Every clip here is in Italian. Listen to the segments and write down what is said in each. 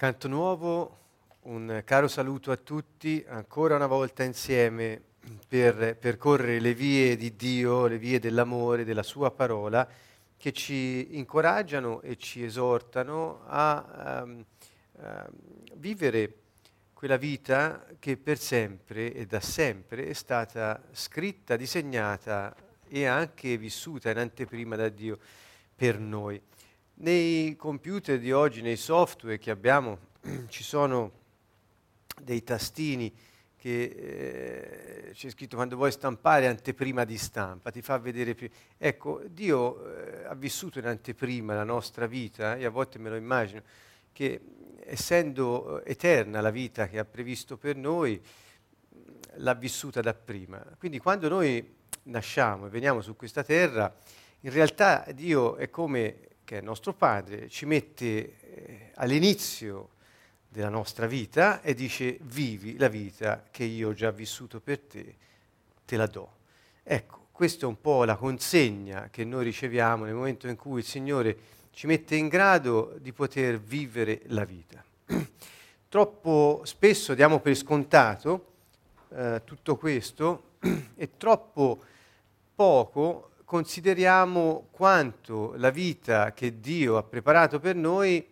Canto nuovo, un caro saluto a tutti, ancora una volta insieme per percorrere le vie di Dio, le vie dell'amore, della Sua parola, che ci incoraggiano e ci esortano a vivere quella vita che per sempre e da sempre è stata scritta, disegnata e anche vissuta in anteprima da Dio per noi. Nei computer di oggi, nei software che abbiamo, ci sono dei tastini che c'è scritto quando vuoi stampare anteprima di stampa, ti fa vedere più. Ecco, Dio ha vissuto in anteprima la nostra vita, e a volte me lo immagino, che essendo eterna la vita che ha previsto per noi, l'ha vissuta dapprima. Quindi quando noi nasciamo e veniamo su questa terra, in realtà Dio è come che è nostro Padre, ci mette all'inizio della nostra vita e dice: vivi la vita che io ho già vissuto per te, te la do. Ecco, questa è un po' la consegna che noi riceviamo nel momento in cui il Signore ci mette in grado di poter vivere la vita. Troppo spesso diamo per scontato tutto questo e troppo poco consideriamo quanto la vita che Dio ha preparato per noi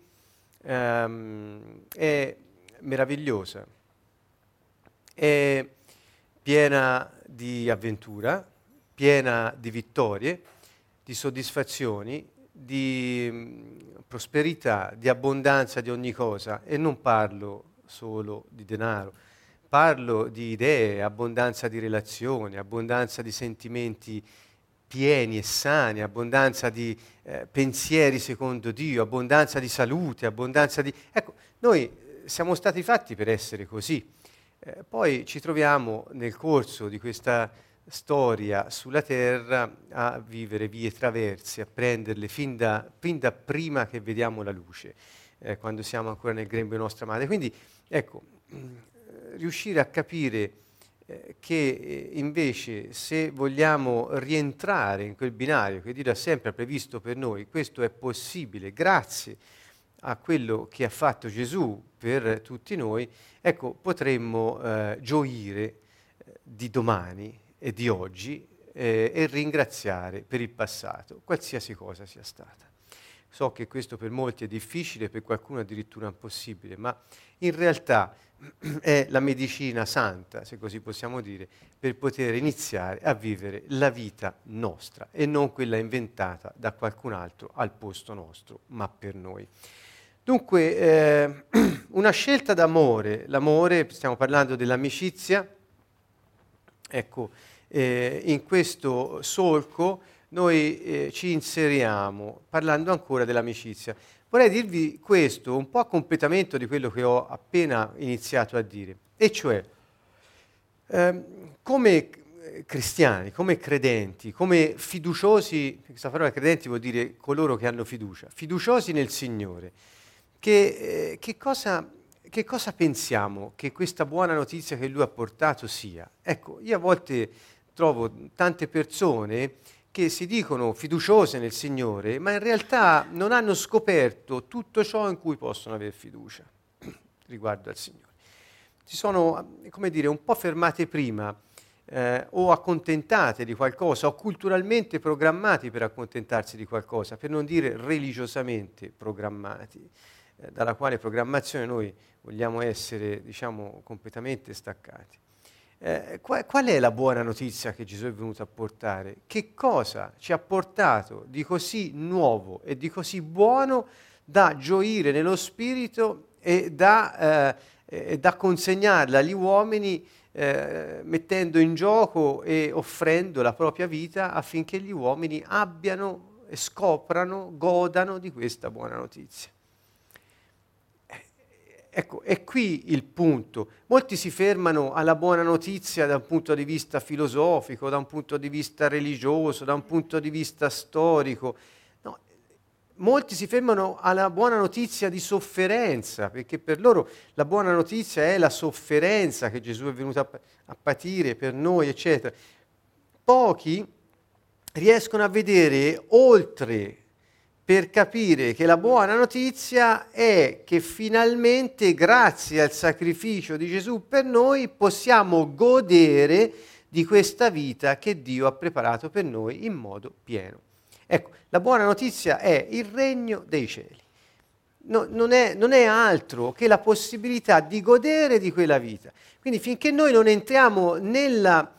è meravigliosa, è piena di avventura, piena di vittorie, di soddisfazioni, di prosperità, di abbondanza di ogni cosa, e non parlo solo di denaro, parlo di idee, abbondanza di relazioni, abbondanza di sentimenti pieni e sani, abbondanza di pensieri secondo Dio, abbondanza di salute, abbondanza di... Ecco, noi siamo stati fatti per essere così. Poi ci troviamo nel corso di questa storia sulla terra a vivere vie traverse, a prenderle fin da prima che vediamo la luce, quando siamo ancora nel grembo di nostra madre. Quindi, ecco, riuscire a capire che invece se vogliamo rientrare in quel binario che Dio ha sempre previsto per noi, questo è possibile grazie a quello che ha fatto Gesù per tutti noi, ecco, potremmo gioire di domani e di oggi e ringraziare per il passato, qualsiasi cosa sia stata. So che questo per molti è difficile, per qualcuno addirittura impossibile, ma in realtà è la medicina santa, se così possiamo dire, per poter iniziare a vivere la vita nostra e non quella inventata da qualcun altro al posto nostro, ma per noi. Dunque, una scelta d'amore, l'amore, stiamo parlando dell'amicizia, ecco, in questo solco noi ci inseriamo parlando ancora dell'amicizia. Vorrei dirvi questo un po' a completamento di quello che ho appena iniziato a dire, e cioè come cristiani, come credenti, come fiduciosi, questa parola credenti vuol dire coloro che hanno fiducia, fiduciosi nel Signore, che cosa pensiamo che questa buona notizia che Lui ha portato sia? Ecco, io a volte trovo tante persone che si dicono fiduciose nel Signore, ma in realtà non hanno scoperto tutto ciò in cui possono avere fiducia riguardo al Signore. Si sono, come dire, un po' fermate prima o accontentate di qualcosa, o culturalmente programmati per accontentarsi di qualcosa, per non dire religiosamente programmati, dalla quale programmazione noi vogliamo essere, diciamo, completamente staccati. Qual è la buona notizia che Gesù è venuto a portare? Che cosa ci ha portato di così nuovo e di così buono da gioire nello spirito e da consegnarla agli uomini mettendo in gioco e offrendo la propria vita affinché gli uomini abbiano, scoprano, godano di questa buona notizia? Ecco, è qui il punto. Molti si fermano alla buona notizia da un punto di vista filosofico, da un punto di vista religioso, da un punto di vista storico. No, molti si fermano alla buona notizia di sofferenza, perché per loro la buona notizia è la sofferenza che Gesù è venuto a patire per noi, eccetera. Pochi riescono a vedere oltre per capire che la buona notizia è che finalmente, grazie al sacrificio di Gesù per noi, possiamo godere di questa vita che Dio ha preparato per noi in modo pieno. Ecco, la buona notizia è il regno dei cieli. Non è altro che la possibilità di godere di quella vita. Quindi finché noi non entriamo nella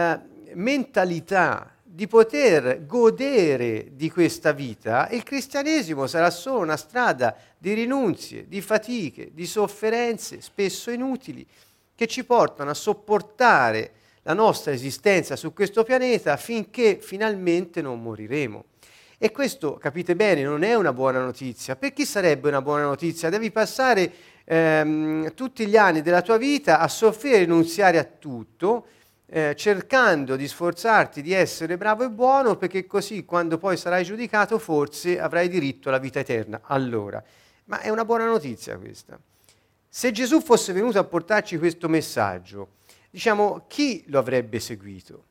mentalità di poter godere di questa vita, il cristianesimo sarà solo una strada di rinunzie, di fatiche, di sofferenze, spesso inutili, che ci portano a sopportare la nostra esistenza su questo pianeta finché finalmente non moriremo. E questo, capite bene, non è una buona notizia. Per chi sarebbe una buona notizia? Devi passare tutti gli anni della tua vita a soffrire e rinunziare a tutto, cercando di sforzarti di essere bravo e buono, perché così quando poi sarai giudicato forse avrai diritto alla vita eterna. Allora, ma è una buona notizia questa. Se Gesù fosse venuto a portarci questo messaggio, diciamo, chi lo avrebbe seguito?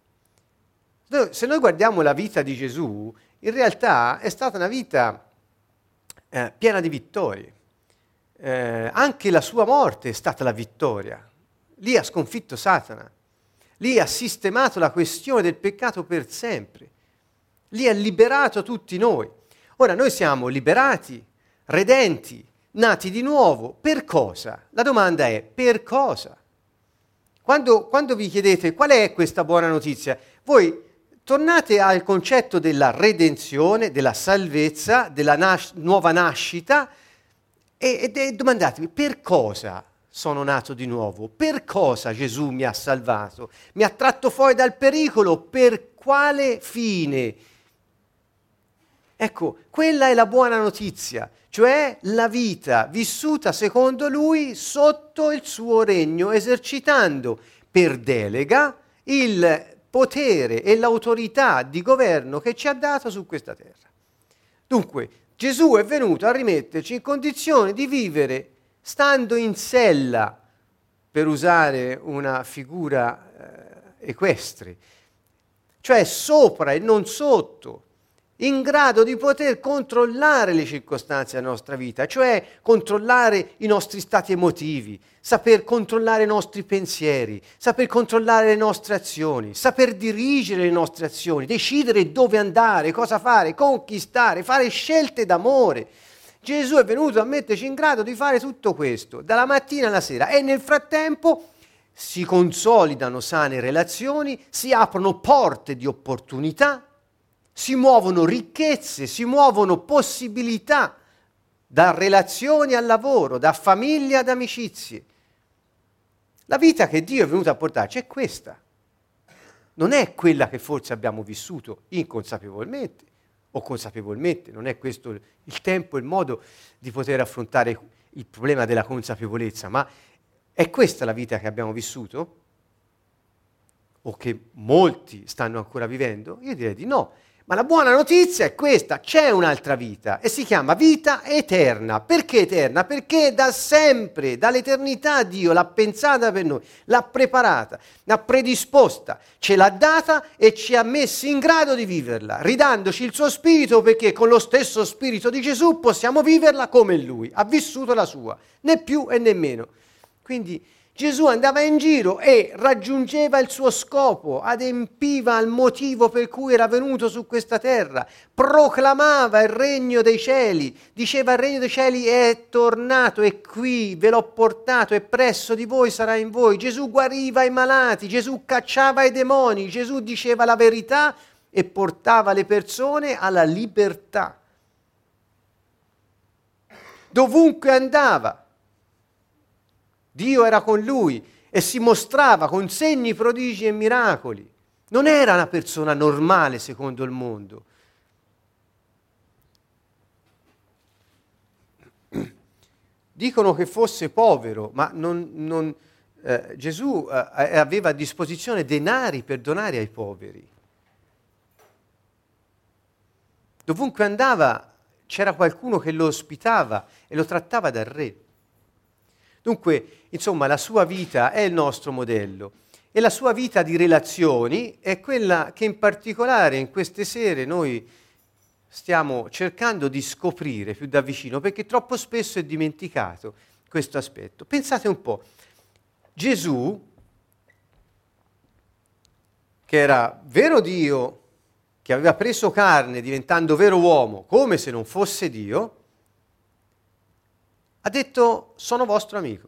Se noi guardiamo la vita di Gesù, in realtà è stata una vita piena di vittorie. Anche la sua morte è stata la vittoria. Lì ha sconfitto Satana. Lì ha sistemato la questione del peccato per sempre. Lì ha liberato tutti noi. Ora noi siamo liberati, redenti, nati di nuovo. Per cosa? La domanda è: per cosa? Quando vi chiedete qual è questa buona notizia, voi tornate al concetto della redenzione, della salvezza, della nuova nascita e domandatevi: per cosa sono nato di nuovo? Per cosa Gesù mi ha salvato? Mi ha tratto fuori dal pericolo? Per quale fine? Ecco, quella è la buona notizia, cioè la vita vissuta secondo Lui sotto il suo regno, esercitando per delega il potere e l'autorità di governo che ci ha dato su questa terra. Dunque, Gesù è venuto a rimetterci in condizione di vivere stando in sella, per usare una figura equestre, cioè sopra e non sotto, in grado di poter controllare le circostanze della nostra vita, cioè controllare i nostri stati emotivi, saper controllare i nostri pensieri, saper controllare le nostre azioni, saper dirigere le nostre azioni, decidere dove andare, cosa fare, conquistare, fare scelte d'amore. Gesù è venuto a metterci in grado di fare tutto questo, dalla mattina alla sera, e nel frattempo si consolidano sane relazioni, si aprono porte di opportunità, si muovono ricchezze, si muovono possibilità, da relazioni al lavoro, da famiglia ad amicizie. La vita che Dio è venuto a portarci è questa. Non è quella che forse abbiamo vissuto inconsapevolmente o consapevolmente, non è questo il tempo, il modo di poter affrontare il problema della consapevolezza, ma è questa la vita che abbiamo vissuto? O che molti stanno ancora vivendo? Io direi di no. Ma la buona notizia è questa: c'è un'altra vita e si chiama vita eterna. Perché eterna? Perché da sempre, dall'eternità Dio l'ha pensata per noi, l'ha preparata, l'ha predisposta, ce l'ha data e ci ha messi in grado di viverla, ridandoci il suo spirito, perché con lo stesso spirito di Gesù possiamo viverla come Lui ha vissuto la sua, né più e né meno. Quindi Gesù andava in giro e raggiungeva il suo scopo, adempiva al motivo per cui era venuto su questa terra, proclamava il regno dei cieli, diceva: il regno dei cieli è tornato, è qui, ve l'ho portato, è presso di voi, sarà in voi. Gesù guariva i malati, Gesù cacciava i demoni, Gesù diceva la verità e portava le persone alla libertà. Dovunque andava, Dio era con lui e si mostrava con segni, prodigi e miracoli. Non era una persona normale secondo il mondo. Dicono che fosse povero, ma Gesù aveva a disposizione denari per donare ai poveri. Dovunque andava c'era qualcuno che lo ospitava e lo trattava da re. Dunque, insomma, la sua vita è il nostro modello e la sua vita di relazioni è quella che in particolare in queste sere noi stiamo cercando di scoprire più da vicino, perché troppo spesso è dimenticato questo aspetto. Pensate un po', Gesù, che era vero Dio, che aveva preso carne diventando vero uomo, come se non fosse Dio, ha detto: sono vostro amico.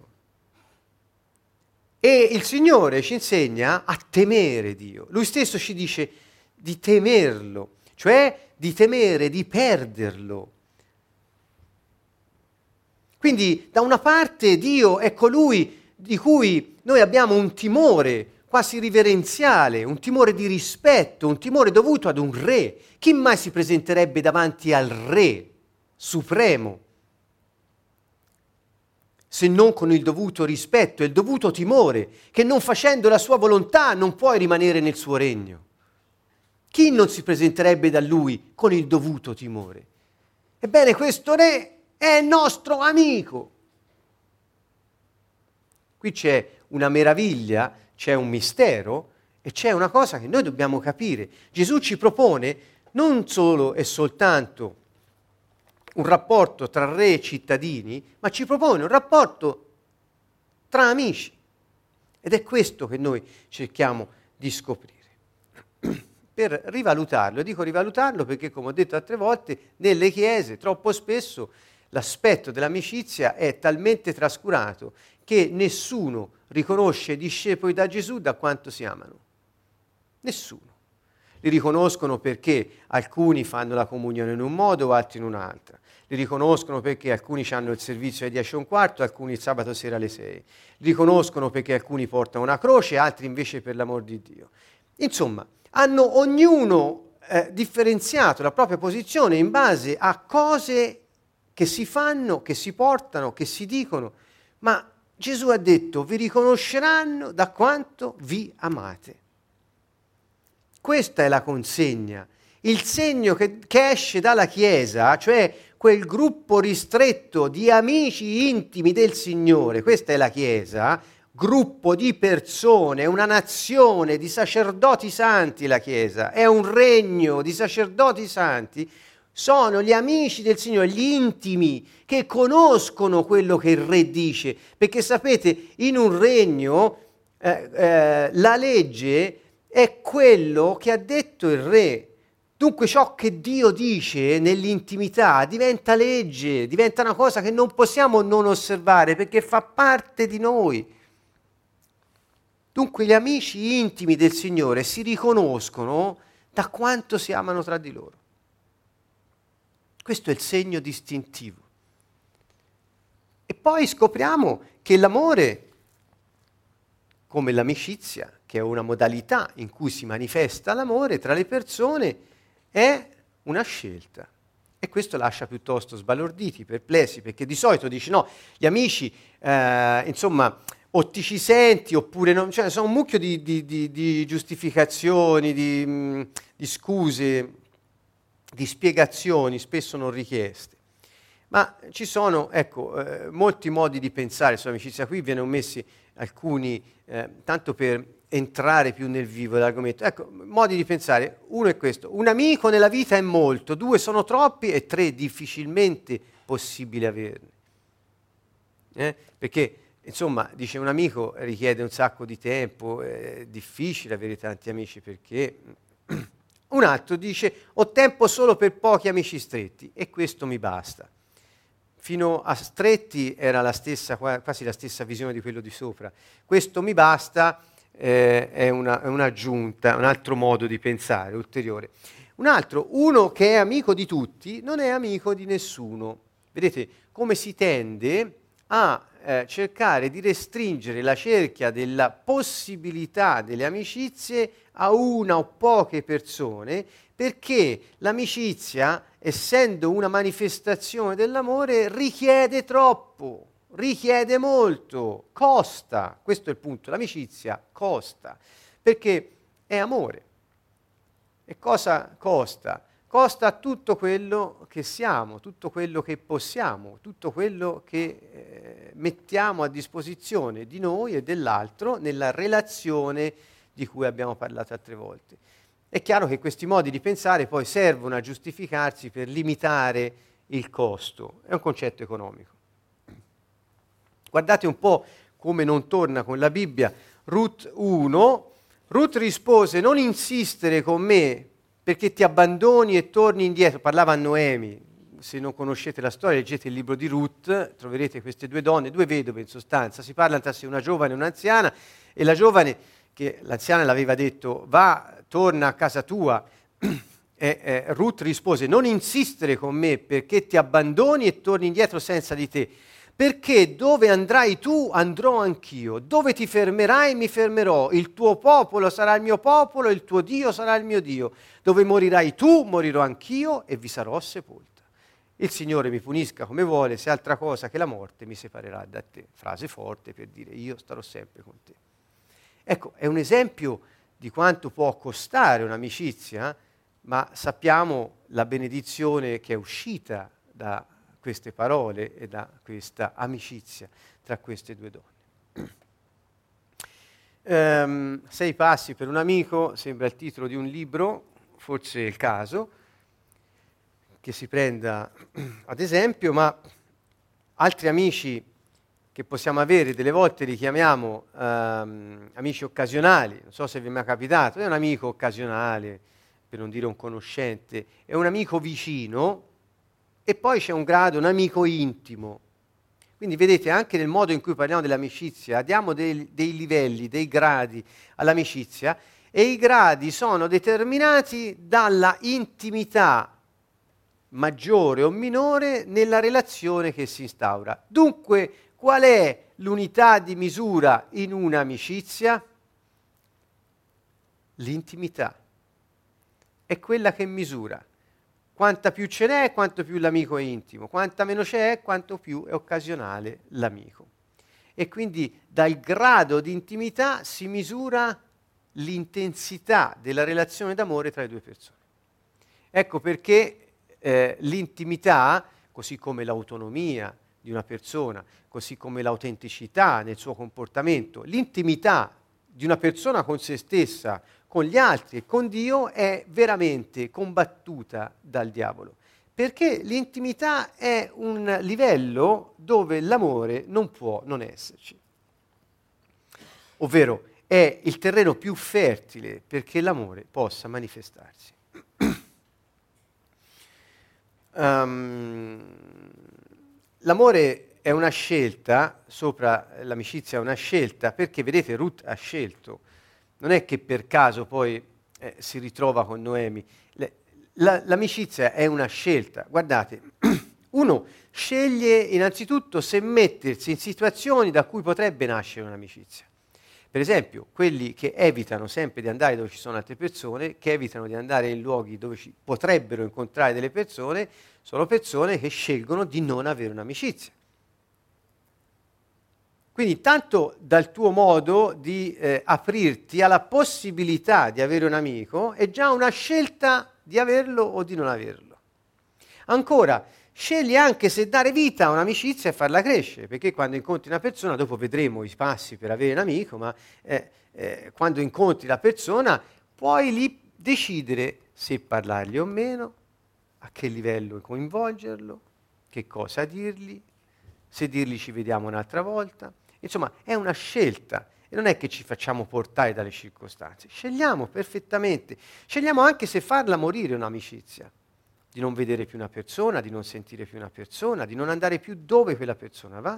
E il Signore ci insegna a temere Dio. Lui stesso ci dice di temerlo, cioè di temere di perderlo. Quindi da una parte Dio è colui di cui noi abbiamo un timore quasi riverenziale, un timore di rispetto, un timore dovuto ad un re. Chi mai si presenterebbe davanti al re supremo se non con il dovuto rispetto e il dovuto timore, che non facendo la sua volontà non puoi rimanere nel suo regno? Chi non si presenterebbe da lui con il dovuto timore? Ebbene, questo re è nostro amico. Qui c'è una meraviglia, c'è un mistero e c'è una cosa che noi dobbiamo capire. Gesù ci propone non solo e soltanto un rapporto tra re e cittadini, ma ci propone un rapporto tra amici. Ed è questo che noi cerchiamo di scoprire. Per rivalutarlo, dico rivalutarlo perché, come ho detto altre volte, nelle chiese troppo spesso l'aspetto dell'amicizia è talmente trascurato che nessuno riconosce i discepoli da Gesù da quanto si amano. Nessuno. Li riconoscono perché alcuni fanno la comunione in un modo, altri in un altro. Li riconoscono perché alcuni hanno il servizio alle 10:15, alcuni il sabato sera alle 6. Li riconoscono perché alcuni portano una croce, altri invece per l'amor di Dio. Insomma, hanno ognuno differenziato la propria posizione in base a cose che si fanno, che si portano, che si dicono. Ma Gesù ha detto: vi riconosceranno da quanto vi amate. Questa è la consegna, il segno che esce dalla Chiesa, cioè quel gruppo ristretto di amici intimi del Signore. Questa è la Chiesa, gruppo di persone, una nazione di sacerdoti santi. La Chiesa è un regno di sacerdoti santi. Sono gli amici del Signore, gli intimi, che conoscono quello che il re dice, perché sapete, in un regno la legge è quello che ha detto il re. Dunque ciò che Dio dice nell'intimità diventa legge, diventa una cosa che non possiamo non osservare perché fa parte di noi. Dunque gli amici intimi del Signore si riconoscono da quanto si amano tra di loro. Questo è il segno distintivo. E poi scopriamo che l'amore, come l'amicizia, che è una modalità in cui si manifesta l'amore tra le persone, è una scelta. E questo lascia piuttosto sbalorditi, perplessi, perché di solito dici no, gli amici, insomma, o ti ci senti oppure non, cioè sono un mucchio di giustificazioni, di scuse, di spiegazioni spesso non richieste. Ma ci sono, ecco, molti modi di pensare sull'amicizia. Qui viene messi alcuni, tanto per entrare più nel vivo dell'argomento. Ecco, modi di pensare. Uno è questo: un amico nella vita è molto, 2 sono troppi e 3 difficilmente possibile averne. Perché, insomma, dice, un amico richiede un sacco di tempo, è difficile avere tanti amici perché... Un altro dice: ho tempo solo per pochi amici stretti e questo mi basta. Fino a stretti era la stessa, quasi la stessa visione di quello di sopra. Questo mi basta è un'aggiunta, un altro modo di pensare ulteriore. Un altro, uno che è amico di tutti, non è amico di nessuno. Vedete come si tende a cercare di restringere la cerchia della possibilità delle amicizie a una o poche persone, perché l'amicizia, essendo una manifestazione dell'amore, richiede troppo, richiede molto, costa. Questo è il punto, l'amicizia costa, perché è amore. E cosa costa? Costa tutto quello che siamo, tutto quello che possiamo, tutto quello che mettiamo a disposizione di noi e dell'altro nella relazione di cui abbiamo parlato altre volte. È chiaro che questi modi di pensare poi servono a giustificarsi per limitare il costo. È un concetto economico. Guardate un po' come non torna con la Bibbia. Ruth 1. Ruth rispose: non insistere con me perché ti abbandoni e torni indietro. Parlava a Noemi. Se non conoscete la storia, leggete il libro di Ruth, troverete queste due donne, due vedove in sostanza. Si parla tra sé, una giovane e un'anziana, e la giovane, che l'anziana l'aveva detto, va, torna a casa tua. Ruth rispose: non insistere con me perché ti abbandoni e torni indietro senza di te. Perché dove andrai tu andrò anch'io, dove ti fermerai mi fermerò, il tuo popolo sarà il mio popolo, il tuo Dio sarà il mio Dio, dove morirai tu morirò anch'io e vi sarò sepolta. Il Signore mi punisca come vuole, se altra cosa che la morte mi separerà da te. Frase forte per dire: io starò sempre con te. Ecco, è un esempio di quanto può costare un'amicizia, ma sappiamo la benedizione che è uscita da queste parole e da questa amicizia tra queste due donne. 6 passi per un amico, sembra il titolo di un libro, forse è il caso che si prenda ad esempio, ma altri amici che possiamo avere, delle volte li chiamiamo amici occasionali. Non so se vi è mai capitato, è un amico occasionale, per non dire un conoscente, è un amico vicino. E poi c'è un grado, un amico intimo. Quindi vedete, anche nel modo in cui parliamo dell'amicizia, diamo dei livelli, dei gradi all'amicizia, e i gradi sono determinati dalla intimità maggiore o minore nella relazione che si instaura. Dunque, qual è l'unità di misura in un'amicizia? L'intimità. È quella che misura. Quanta più ce n'è, quanto più l'amico è intimo, quanta meno c'è, quanto più è occasionale l'amico. E quindi dal grado di intimità si misura l'intensità della relazione d'amore tra le due persone. Ecco perché l'intimità, così come l'autonomia di una persona, così come l'autenticità nel suo comportamento, l'intimità di una persona con se stessa, con gli altri e con Dio è veramente combattuta dal diavolo, perché l'intimità è un livello dove l'amore non può non esserci, ovvero è il terreno più fertile perché l'amore possa manifestarsi. L'amore è una scelta, sopra l'amicizia è una scelta, perché vedete Ruth ha scelto. Non è che per caso poi si ritrova con Noemi. L'amicizia è una scelta. Guardate, uno sceglie innanzitutto se mettersi in situazioni da cui potrebbe nascere un'amicizia. Per esempio, quelli che evitano sempre di andare dove ci sono altre persone, che evitano di andare in luoghi dove ci potrebbero incontrare delle persone, sono persone che scelgono di non avere un'amicizia. Quindi intanto dal tuo modo di aprirti alla possibilità di avere un amico è già una scelta di averlo o di non averlo. Ancora, scegli anche se dare vita a un'amicizia e farla crescere, perché quando incontri una persona, dopo vedremo i passi per avere un amico, ma quando incontri la persona puoi lì decidere se parlargli o meno, a che livello coinvolgerlo, che cosa dirgli, se dirgli ci vediamo un'altra volta. Insomma, è una scelta e non è che ci facciamo portare dalle circostanze. Scegliamo perfettamente. Scegliamo anche se farla morire un'amicizia, di non vedere più una persona, di non sentire più una persona, di non andare più dove quella persona va.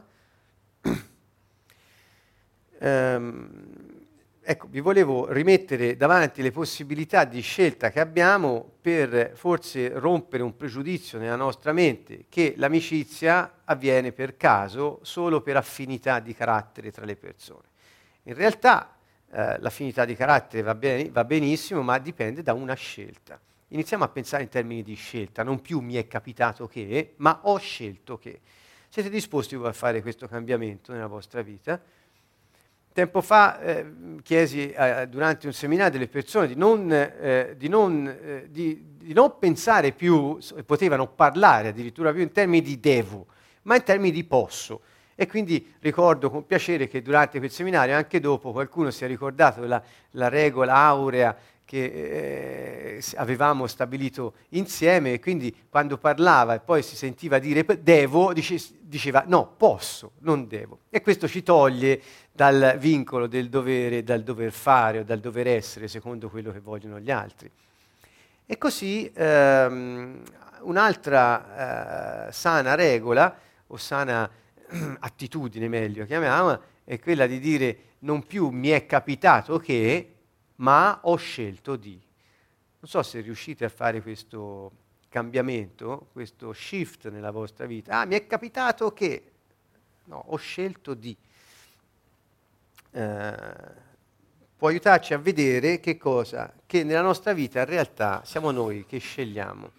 Ecco, vi volevo rimettere davanti le possibilità di scelta che abbiamo per forse rompere un pregiudizio nella nostra mente che l'amicizia avviene per caso solo per affinità di carattere tra le persone. In realtà l'affinità di carattere va benissimo, ma dipende da una scelta. Iniziamo a pensare in termini di scelta, non più mi è capitato che, ma ho scelto che. Siete disposti a fare questo cambiamento nella vostra vita? Tempo fa chiesi durante un seminario delle persone di non pensare più, potevano parlare addirittura più in termini di devo, ma in termini di posso. E quindi ricordo con piacere che durante quel seminario, anche dopo, qualcuno si è ricordato la regola aurea avevamo stabilito insieme, e quindi quando parlava e poi si sentiva dire devo, diceva no, posso, non devo. E questo ci toglie dal vincolo del dovere, dal dover fare o dal dover essere secondo quello che vogliono gli altri. E così un'altra sana regola, o sana attitudine meglio chiamiamola, è quella di dire non più mi è capitato che, ma ho scelto di. Non so se riuscite a fare questo cambiamento, questo shift nella vostra vita. Ah, mi è capitato che, no, ho scelto di. Può aiutarci a vedere che cosa? Che nella nostra vita in realtà siamo noi che scegliamo.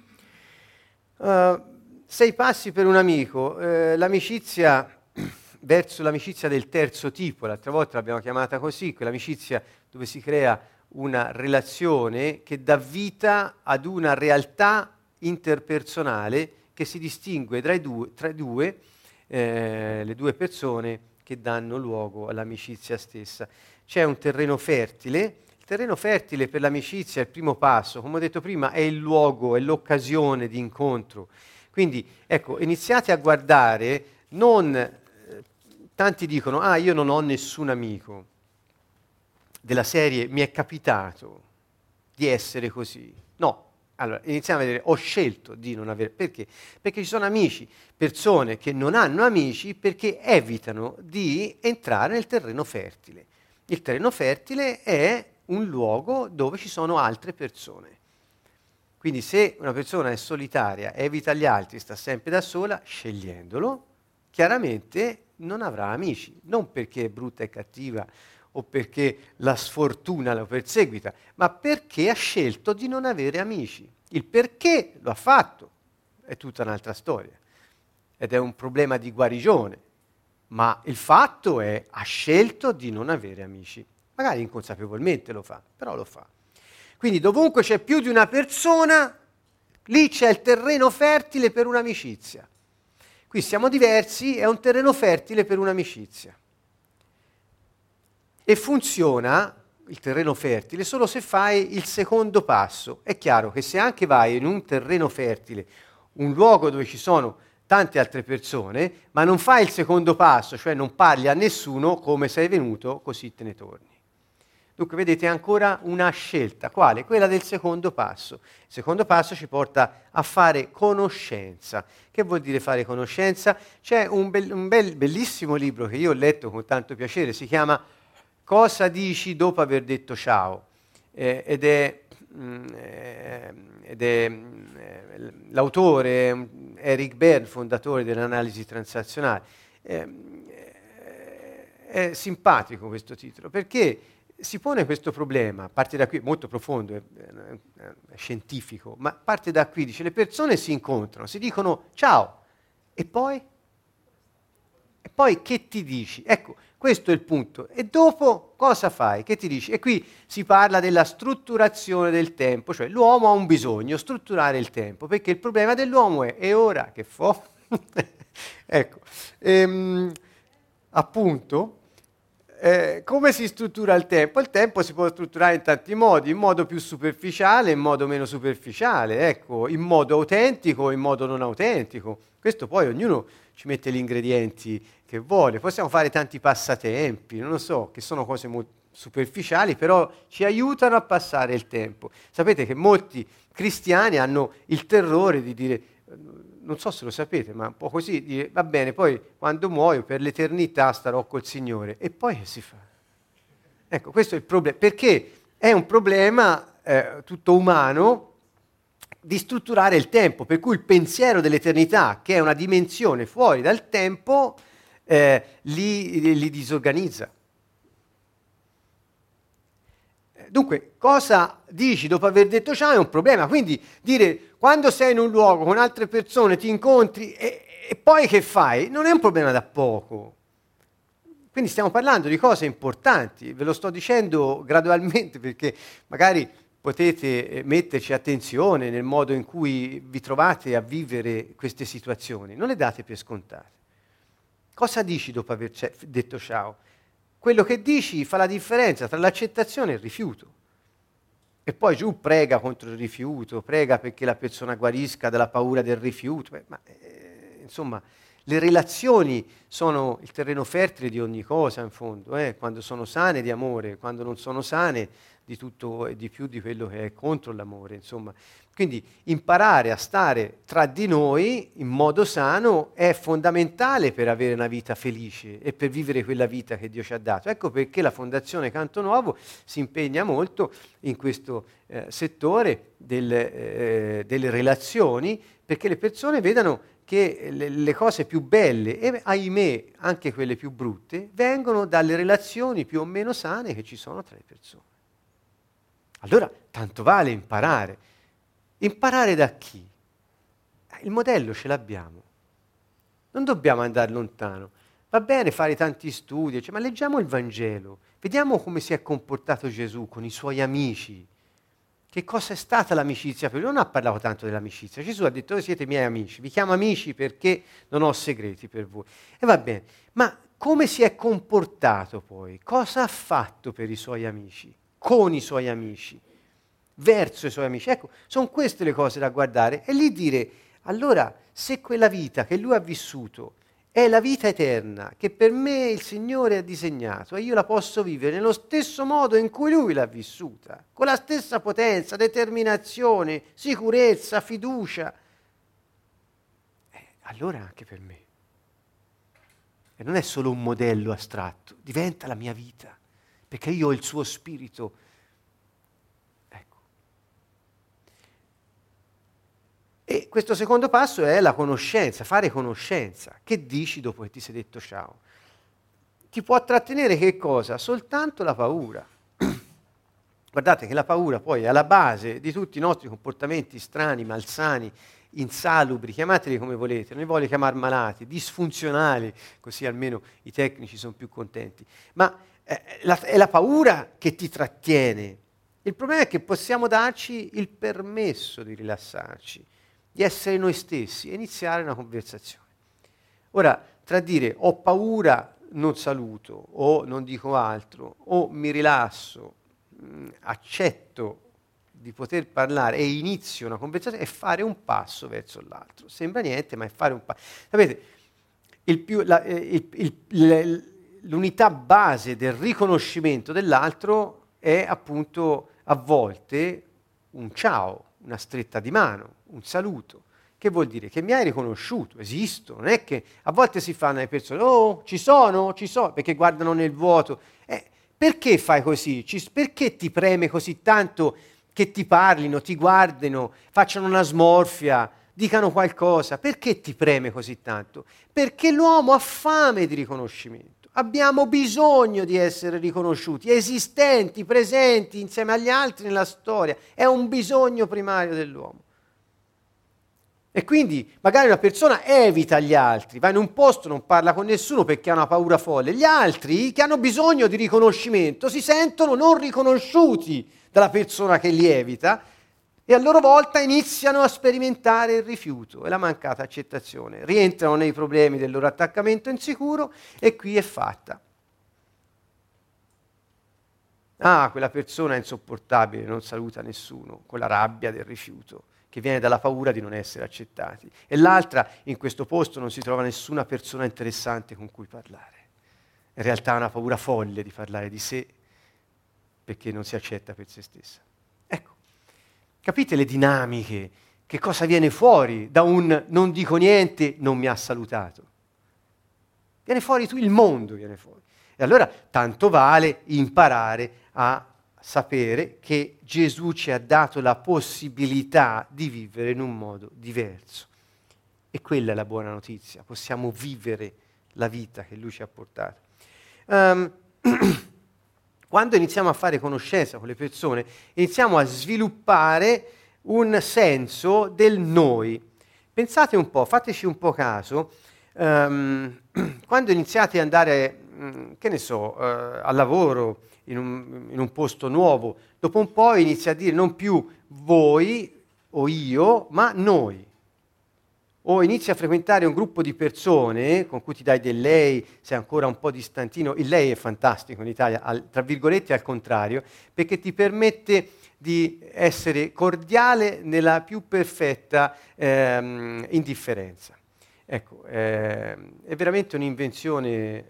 6 passi per un amico, l'amicizia verso l'amicizia del terzo tipo, l'altra volta l'abbiamo chiamata così, quell'amicizia dove si crea una relazione che dà vita ad una realtà interpersonale che si distingue tra le due persone che danno luogo all'amicizia stessa. C'è un terreno fertile. Il terreno fertile per l'amicizia è il primo passo, come ho detto prima, è il luogo, è l'occasione di incontro. Quindi, ecco, iniziate a guardare, tanti dicono, io non ho nessun amico, della serie mi è capitato di essere così. No, allora, iniziamo a vedere, ho scelto di non avere, perché? Perché ci sono amici, persone che non hanno amici perché evitano di entrare nel terreno fertile. Il terreno fertile è un luogo dove ci sono altre persone. Quindi se una persona è solitaria, evita gli altri, sta sempre da sola, scegliendolo, chiaramente non avrà amici, non perché è brutta e cattiva o perché la sfortuna lo perseguita, ma perché ha scelto di non avere amici. Il perché lo ha fatto è tutta un'altra storia ed è un problema di guarigione, ma il fatto è ha scelto di non avere amici. Magari inconsapevolmente lo fa, però lo fa. Quindi dovunque c'è più di una persona, lì c'è il terreno fertile per un'amicizia. Qui siamo diversi, è un terreno fertile per un'amicizia. E funziona, il terreno fertile, solo se fai il secondo passo. È chiaro che se anche vai in un terreno fertile, un luogo dove ci sono tante altre persone, ma non fai il secondo passo, cioè non parli a nessuno, come sei venuto, così te ne torni. Dunque vedete ancora una scelta, quale? Quella del secondo passo. Il secondo passo ci porta a fare conoscenza. Che vuol dire fare conoscenza? C'è un bellissimo libro che io ho letto con tanto piacere, si chiama Cosa dici dopo aver detto ciao? Ed è l'autore Eric Berne, fondatore dell'analisi transazionale. È simpatico questo titolo perché si pone questo problema, parte da qui, molto profondo, è scientifico, ma parte da qui, dice le persone si incontrano, si dicono ciao, e poi che ti dici? Ecco, questo è il punto. E dopo cosa fai? Che ti dici? E qui si parla della strutturazione del tempo, cioè l'uomo ha un bisogno, strutturare il tempo, perché il problema dell'uomo è e ora che fo? Ecco, appunto, come si struttura il tempo? Il tempo si può strutturare in tanti modi, in modo più superficiale, in modo meno superficiale, ecco, in modo autentico, in modo non autentico. Questo poi ognuno ci mette gli ingredienti che vuole. Possiamo fare tanti passatempi, non lo so, che sono cose molto superficiali, però ci aiutano a passare il tempo. Sapete che molti cristiani hanno il terrore di dire, non so se lo sapete, ma un po' così, dire, va bene, poi quando muoio per l'eternità starò col Signore. E poi che si fa? Ecco, questo è il problema, perché è un problema tutto umano di strutturare il tempo, per cui il pensiero dell'eternità, che è una dimensione fuori dal tempo, li disorganizza. Dunque, cosa dici dopo aver detto ciao è un problema, quindi dire quando sei in un luogo con altre persone ti incontri e poi che fai? Non è un problema da poco. Quindi stiamo parlando di cose importanti, ve lo sto dicendo gradualmente perché magari potete metterci attenzione nel modo in cui vi trovate a vivere queste situazioni, non le date per scontate. Cosa dici dopo aver detto ciao? Quello che dici fa la differenza tra l'accettazione e il rifiuto. E poi giù prega contro il rifiuto, prega perché la persona guarisca dalla paura del rifiuto. Insomma, le relazioni sono il terreno fertile di ogni cosa, in fondo, quando sono sane di amore, quando non sono sane di tutto e di più di quello che è contro l'amore, insomma. Quindi imparare a stare tra di noi in modo sano è fondamentale per avere una vita felice e per vivere quella vita che Dio ci ha dato. Ecco perché la Fondazione Canto Nuovo si impegna molto in questo settore delle relazioni, perché le persone vedano che le cose più belle e ahimè anche quelle più brutte vengono dalle relazioni più o meno sane che ci sono tra le persone. Allora, tanto vale imparare. Imparare da chi? Il modello ce l'abbiamo. Non dobbiamo andare lontano. Va bene fare tanti studi, ma leggiamo il Vangelo. Vediamo come si è comportato Gesù con i suoi amici. Che cosa è stata l'amicizia per lui? Non ha parlato tanto dell'amicizia. Gesù ha detto: voi siete miei amici, vi chiamo amici perché non ho segreti per voi. E va bene, ma come si è comportato poi? Cosa ha fatto per i suoi amici? Con i suoi amici? Verso i suoi amici? Ecco, sono queste le cose da guardare e lì dire: allora, se quella vita che lui ha vissuto è la vita eterna che per me il Signore ha disegnato e io la posso vivere nello stesso modo in cui Lui l'ha vissuta, con la stessa potenza, determinazione, sicurezza, fiducia, allora anche per me. E non è solo un modello astratto, diventa la mia vita, perché io ho il suo spirito. Ecco. E questo secondo passo è la conoscenza, fare conoscenza. Che dici dopo che ti sei detto ciao? Ti può trattenere che cosa? Soltanto la paura. Guardate che la paura poi è alla base di tutti i nostri comportamenti strani, malsani, insalubri, chiamateli come volete, non li voglio chiamare malati, disfunzionali, così almeno i tecnici sono più contenti. Ma è la paura che ti trattiene. Il problema è che possiamo darci il permesso di rilassarci, di essere noi stessi e iniziare una conversazione. Ora, tra dire ho paura, non saluto, o non dico altro, o mi rilasso, accetto di poter parlare e inizio una conversazione, è fare un passo verso l'altro. Sembra niente, ma è fare un passo. Sapete, l'unità base del riconoscimento dell'altro è appunto a volte un ciao, una stretta di mano, un saluto. Che vuol dire? Che mi hai riconosciuto, esisto, non è che a volte si fanno le persone, oh, ci sono, perché guardano nel vuoto. Perché fai così? Perché ti preme così tanto che ti parlino, ti guardino, facciano una smorfia, dicano qualcosa? Perché ti preme così tanto? Perché l'uomo ha fame di riconoscimento. Abbiamo bisogno di essere riconosciuti, esistenti, presenti insieme agli altri nella storia. È un bisogno primario dell'uomo. E quindi magari una persona evita gli altri, va in un posto, non parla con nessuno perché ha una paura folle. Gli altri, che hanno bisogno di riconoscimento, si sentono non riconosciuti dalla persona che li evita e a loro volta iniziano a sperimentare il rifiuto e la mancata accettazione. Rientrano nei problemi del loro attaccamento insicuro e qui è fatta. Ah, quella persona è insopportabile, non saluta nessuno, con la rabbia del rifiuto, che viene dalla paura di non essere accettati. E l'altra, in questo posto non si trova nessuna persona interessante con cui parlare. In realtà ha una paura folle di parlare di sé, perché non si accetta per se stessa. Ecco, capite le dinamiche? Che cosa viene fuori da un non dico niente, non mi ha salutato? Viene fuori il mondo, viene fuori. E allora tanto vale imparare a sapere che Gesù ci ha dato la possibilità di vivere in un modo diverso. E quella è la buona notizia, possiamo vivere la vita che Lui ci ha portato. Quando iniziamo a fare conoscenza con le persone, iniziamo a sviluppare un senso del noi. Pensate un po', fateci un po' caso, quando iniziate ad andare, che ne so, al lavoro, in un posto nuovo, dopo un po' inizia a dire non più voi o io, ma noi. O inizi a frequentare un gruppo di persone con cui ti dai del lei, sei ancora un po' distantino. Il lei è fantastico in Italia, tra virgolette al contrario, perché ti permette di essere cordiale nella più perfetta indifferenza. Ecco, è veramente un'invenzione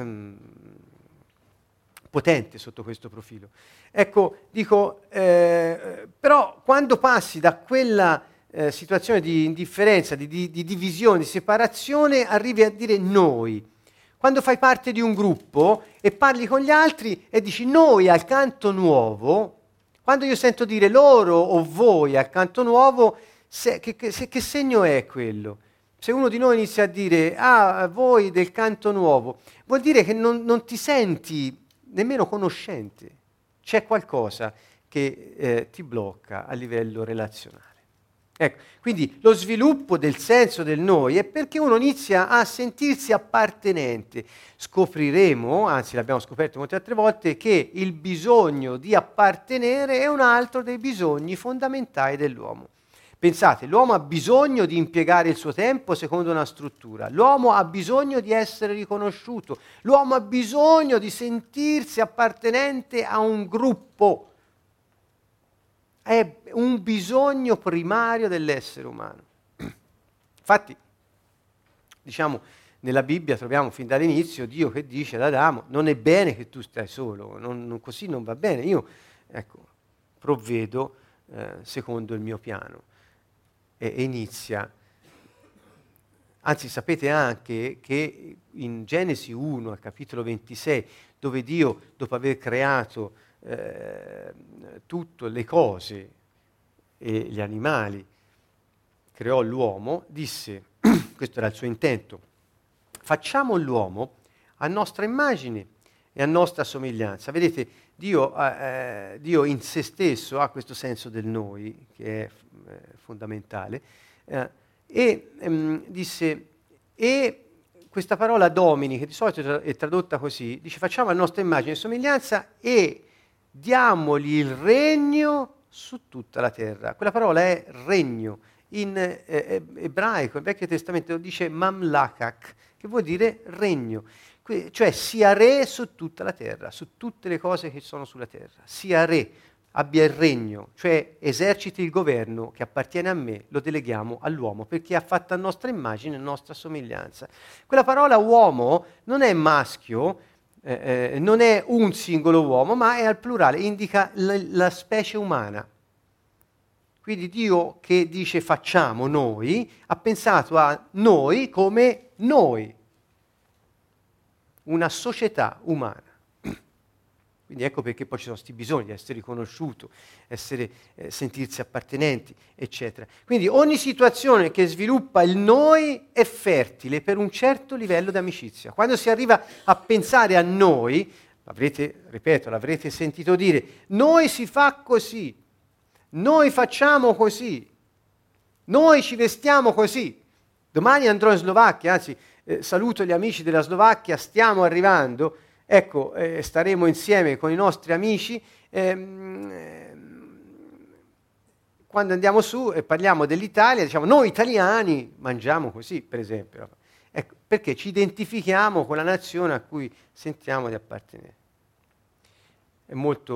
potente sotto questo profilo. Ecco, dico, però quando passi da quella situazione di indifferenza, di divisione, di separazione, arrivi a dire noi. Quando fai parte di un gruppo e parli con gli altri e dici noi al canto nuovo, quando io sento dire loro o voi al canto nuovo, che segno è quello? Se uno di noi inizia a dire voi del canto nuovo, vuol dire che non ti senti nemmeno conoscente. C'è qualcosa che ti blocca a livello relazionale. Ecco, quindi lo sviluppo del senso del noi è perché uno inizia a sentirsi appartenente. Scopriremo, anzi l'abbiamo scoperto molte altre volte, che il bisogno di appartenere è un altro dei bisogni fondamentali dell'uomo. Pensate, l'uomo ha bisogno di impiegare il suo tempo secondo una struttura, l'uomo ha bisogno di essere riconosciuto, l'uomo ha bisogno di sentirsi appartenente a un gruppo. È un bisogno primario dell'essere umano. Infatti, diciamo, nella Bibbia troviamo fin dall'inizio Dio che dice ad Adamo: non è bene che tu stai solo, così non va bene, io provvedo secondo il mio piano. E inizia. Anzi, sapete anche che in Genesi 1, al capitolo 26, dove Dio, dopo aver creato tutte le cose e gli animali, creò l'uomo, disse, questo era il suo intento, facciamo l'uomo a nostra immagine e a nostra somiglianza. Vedete, Dio in se stesso ha questo senso del noi, che è fondamentale, disse, e questa parola domini, che di solito è tradotta così, dice facciamo a nostra immagine e somiglianza e diamogli il regno su tutta la terra. Quella parola è regno. In ebraico, il Vecchio Testamento dice mamlakak, che vuol dire regno. Cioè sia re su tutta la terra, su tutte le cose che sono sulla terra. Sia re, abbia il regno, cioè eserciti il governo che appartiene a me, lo deleghiamo all'uomo, perché ha fatto a nostra immagine e nostra somiglianza. Quella parola uomo non è maschio, non è un singolo uomo, ma è al plurale, indica la specie umana. Quindi Dio che dice facciamo noi, ha pensato a noi come noi, una società umana. Quindi ecco perché poi ci sono questi bisogni di essere riconosciuto, sentirsi appartenenti, eccetera. Quindi ogni situazione che sviluppa il noi è fertile per un certo livello di amicizia. Quando si arriva a pensare a noi, l'avrete sentito dire, noi si fa così, noi facciamo così, noi ci vestiamo così. Domani andrò in Slovacchia, anzi saluto gli amici della Slovacchia, stiamo arrivando. Ecco, staremo insieme con i nostri amici, quando andiamo su e parliamo dell'Italia, diciamo noi italiani mangiamo così, per esempio. Ecco, perché ci identifichiamo con la nazione a cui sentiamo di appartenere. È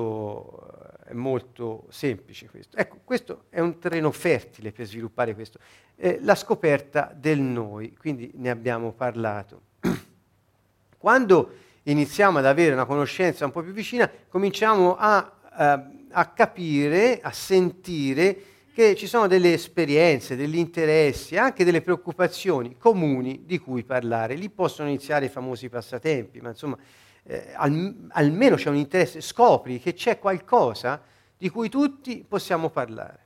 molto semplice questo. Ecco, questo è un terreno fertile per sviluppare questo. La scoperta del noi, quindi ne abbiamo parlato. Quando iniziamo ad avere una conoscenza un po' più vicina, cominciamo a capire, a sentire che ci sono delle esperienze, degli interessi, anche delle preoccupazioni comuni di cui parlare. Lì possono iniziare i famosi passatempi, ma insomma almeno c'è un interesse, scopri che c'è qualcosa di cui tutti possiamo parlare.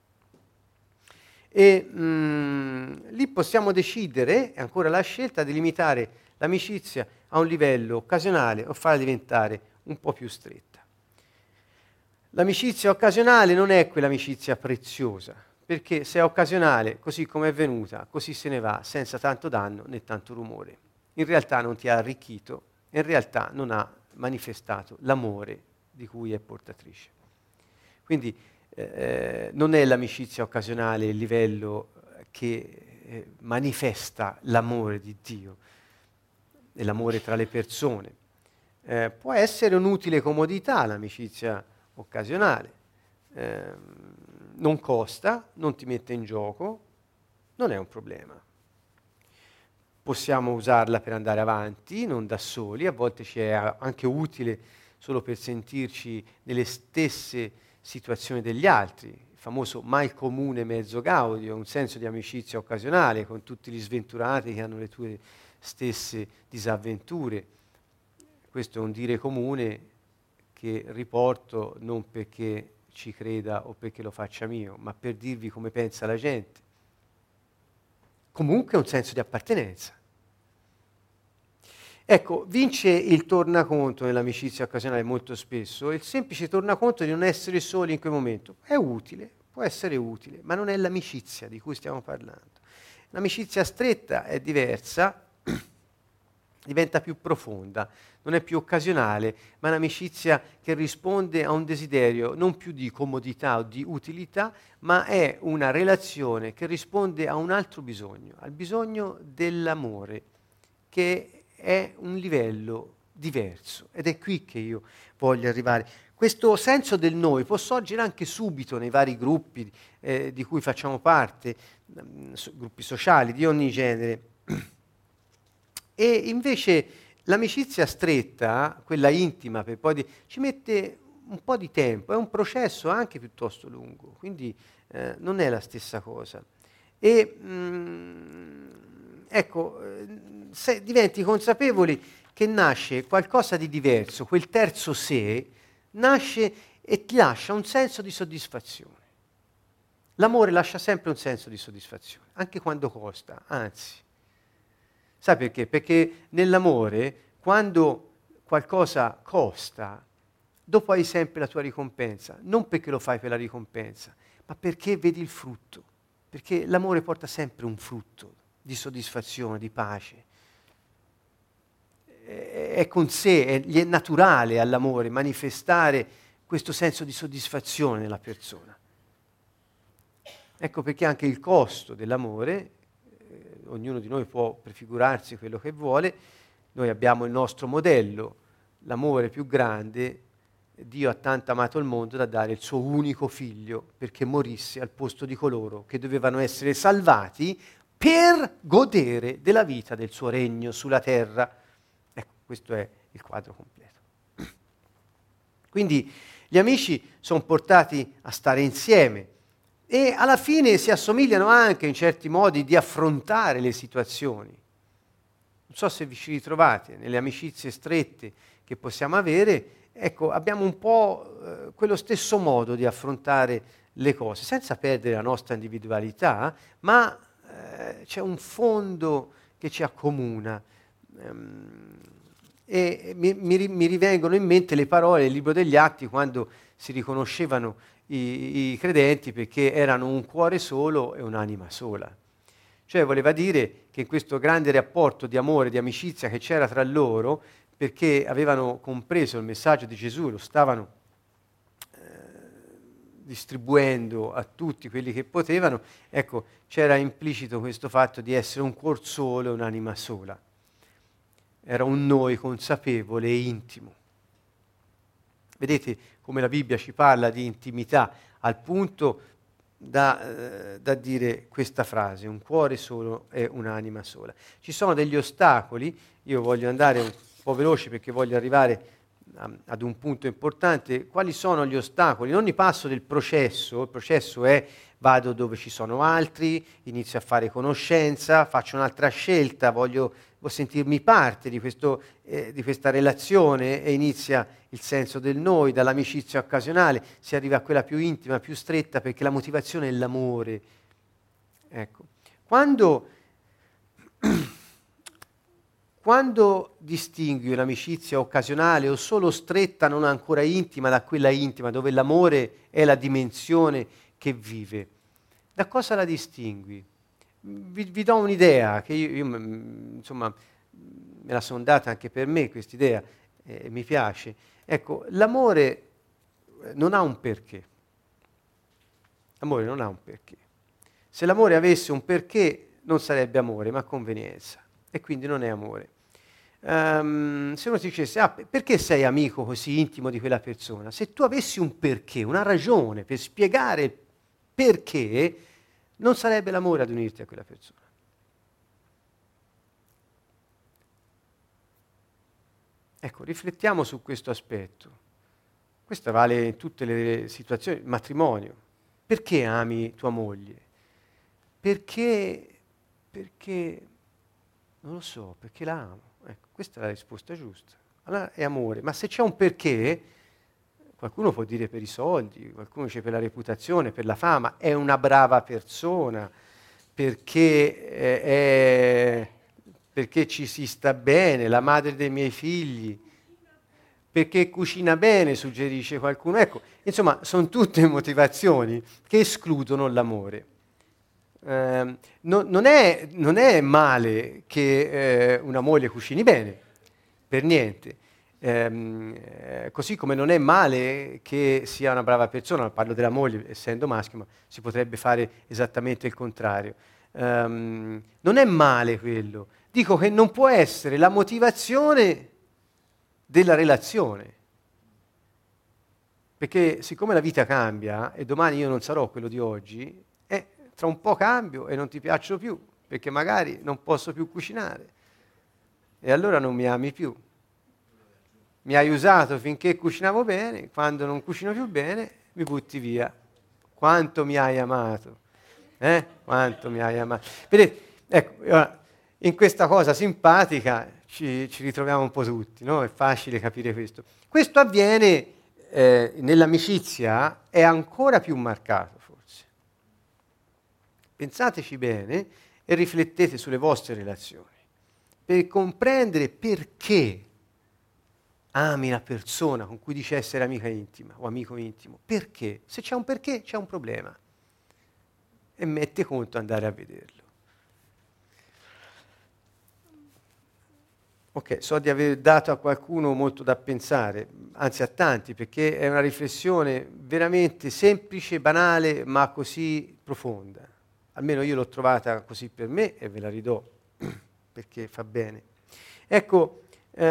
E lì possiamo decidere, è ancora la scelta, di limitare l'amicizia a un livello occasionale o farla diventare un po' più stretta. L'amicizia occasionale non è quell'amicizia preziosa, perché se è occasionale, così come è venuta, così se ne va, senza tanto danno né tanto rumore. In realtà non ti ha arricchito, in realtà non ha manifestato l'amore di cui è portatrice. Quindi non è l'amicizia occasionale il livello che manifesta l'amore di Dio e l'amore tra le persone. Può essere un'utile comodità l'amicizia occasionale, non costa, non ti mette in gioco, non è un problema. Possiamo usarla per andare avanti, non da soli, a volte ci è anche utile solo per sentirci nelle stesse situazioni degli altri. Il famoso mal comune mezzo gaudio, un senso di amicizia occasionale con tutti gli sventurati che hanno le tue stesse disavventure. Questo è un dire comune che riporto non perché ci creda o perché lo faccia mio, ma per dirvi come pensa la gente. Comunque un senso di appartenenza. Ecco, vince il tornaconto nell'amicizia occasionale molto spesso, il semplice tornaconto di non essere soli in quel momento. È utile, può essere utile, ma non è l'amicizia di cui stiamo parlando. L'amicizia stretta è diversa, diventa più profonda, non è più occasionale, ma è un'amicizia che risponde a un desiderio non più di comodità o di utilità, ma è una relazione che risponde a un altro bisogno, al bisogno dell'amore, che è un livello diverso. Ed è qui che io voglio arrivare. Questo senso del noi può sorgere anche subito nei vari gruppi di cui facciamo parte, gruppi sociali di ogni genere. E invece l'amicizia stretta, quella intima, per poi ci mette un po' di tempo, è un processo anche piuttosto lungo, quindi non è la stessa cosa. E ecco, se diventi consapevoli che nasce qualcosa di diverso, quel terzo sé nasce e ti lascia un senso di soddisfazione. L'amore lascia sempre un senso di soddisfazione, anche quando costa, anzi. Sai perché? Perché nell'amore, quando qualcosa costa, dopo hai sempre la tua ricompensa, non perché lo fai per la ricompensa, ma perché vedi il frutto, perché l'amore porta sempre un frutto di soddisfazione, di pace. È con sé, gli è naturale all'amore manifestare questo senso di soddisfazione nella persona. Ecco perché anche il costo dell'amore, ognuno di noi può prefigurarsi quello che vuole, noi abbiamo il nostro modello, l'amore più grande. Dio ha tanto amato il mondo da dare il suo unico figlio perché morisse al posto di coloro che dovevano essere salvati per godere della vita del suo regno sulla terra. Ecco, questo è il quadro completo. Quindi gli amici sono portati a stare insieme e alla fine si assomigliano anche in certi modi di affrontare le situazioni. Non so se vi ci ritrovate nelle amicizie strette che possiamo avere, ecco, abbiamo un po' quello stesso modo di affrontare le cose, senza perdere la nostra individualità, ma c'è un fondo che ci accomuna. E mi rivengono in mente le parole del Libro degli Atti quando si riconoscevano i credenti perché erano un cuore solo e un'anima sola. Cioè voleva dire che in questo grande rapporto di amore, di amicizia che c'era tra loro, perché avevano compreso il messaggio di Gesù, lo stavano distribuendo a tutti quelli che potevano, ecco, c'era implicito questo fatto di essere un cuor solo e un'anima sola. Era un noi consapevole e intimo. Vedete come la Bibbia ci parla di intimità, al punto da dire questa frase, un cuore solo e un'anima sola. Ci sono degli ostacoli, io voglio andare un po' veloce perché voglio arrivare ad un punto importante. Quali sono gli ostacoli? In ogni passo del processo, il processo è vado dove ci sono altri, inizio a fare conoscenza, faccio un'altra scelta, voglio sentirmi parte di questa relazione e inizia il senso del noi, dall'amicizia occasionale si arriva a quella più intima, più stretta, perché la motivazione è l'amore. Ecco. Quando distingui un'amicizia occasionale o solo stretta, non ancora intima, da quella intima, dove l'amore è la dimensione che vive, da cosa la distingui? Vi do un'idea, che io insomma, me la sono data anche per me quest'idea, mi piace. Ecco, l'amore non ha un perché. L'amore non ha un perché. Se l'amore avesse un perché, non sarebbe amore, ma convenienza. E quindi non è amore. se uno ti dicesse, perché sei amico così intimo di quella persona? Se tu avessi un perché, una ragione per spiegare perché, non sarebbe l'amore ad unirti a quella persona. Ecco, riflettiamo su questo aspetto. Questo vale in tutte le situazioni, il matrimonio. Perché ami tua moglie? Perché, non lo so, perché la amo. Ecco, questa è la risposta giusta. Allora è amore. Ma se c'è un perché, qualcuno può dire per i soldi, qualcuno dice per la reputazione, per la fama, è una brava persona, perché ci si sta bene, la madre dei miei figli, perché cucina bene, suggerisce qualcuno. Ecco, insomma, sono tutte motivazioni che escludono l'amore. Non è male che una moglie cucini bene, per niente. Così come non è male che sia una brava persona, parlo della moglie essendo maschio, ma si potrebbe fare esattamente il contrario. Non è male quello. Dico che non può essere la motivazione della relazione. Perché siccome la vita cambia e domani io non sarò quello di oggi, tra un po' cambio e non ti piaccio più, perché magari non posso più cucinare. E allora non mi ami più. Mi hai usato finché cucinavo bene, quando non cucino più bene mi butti via. Quanto mi hai amato. Quanto mi hai amato. Vedete, ecco, in questa cosa simpatica ci ritroviamo un po' tutti, no? È facile capire questo. Questo avviene nell'amicizia, è ancora più marcato forse. Pensateci bene e riflettete sulle vostre relazioni per comprendere perché ami la persona con cui dice essere amica intima o amico intimo. Perché? Se c'è un perché, c'è un problema. E mette conto andare a vederlo. Ok, so di aver dato a qualcuno molto da pensare, anzi a tanti, perché è una riflessione veramente semplice, banale, ma così profonda. Almeno io l'ho trovata così per me e ve la ridò, perché fa bene. Ecco,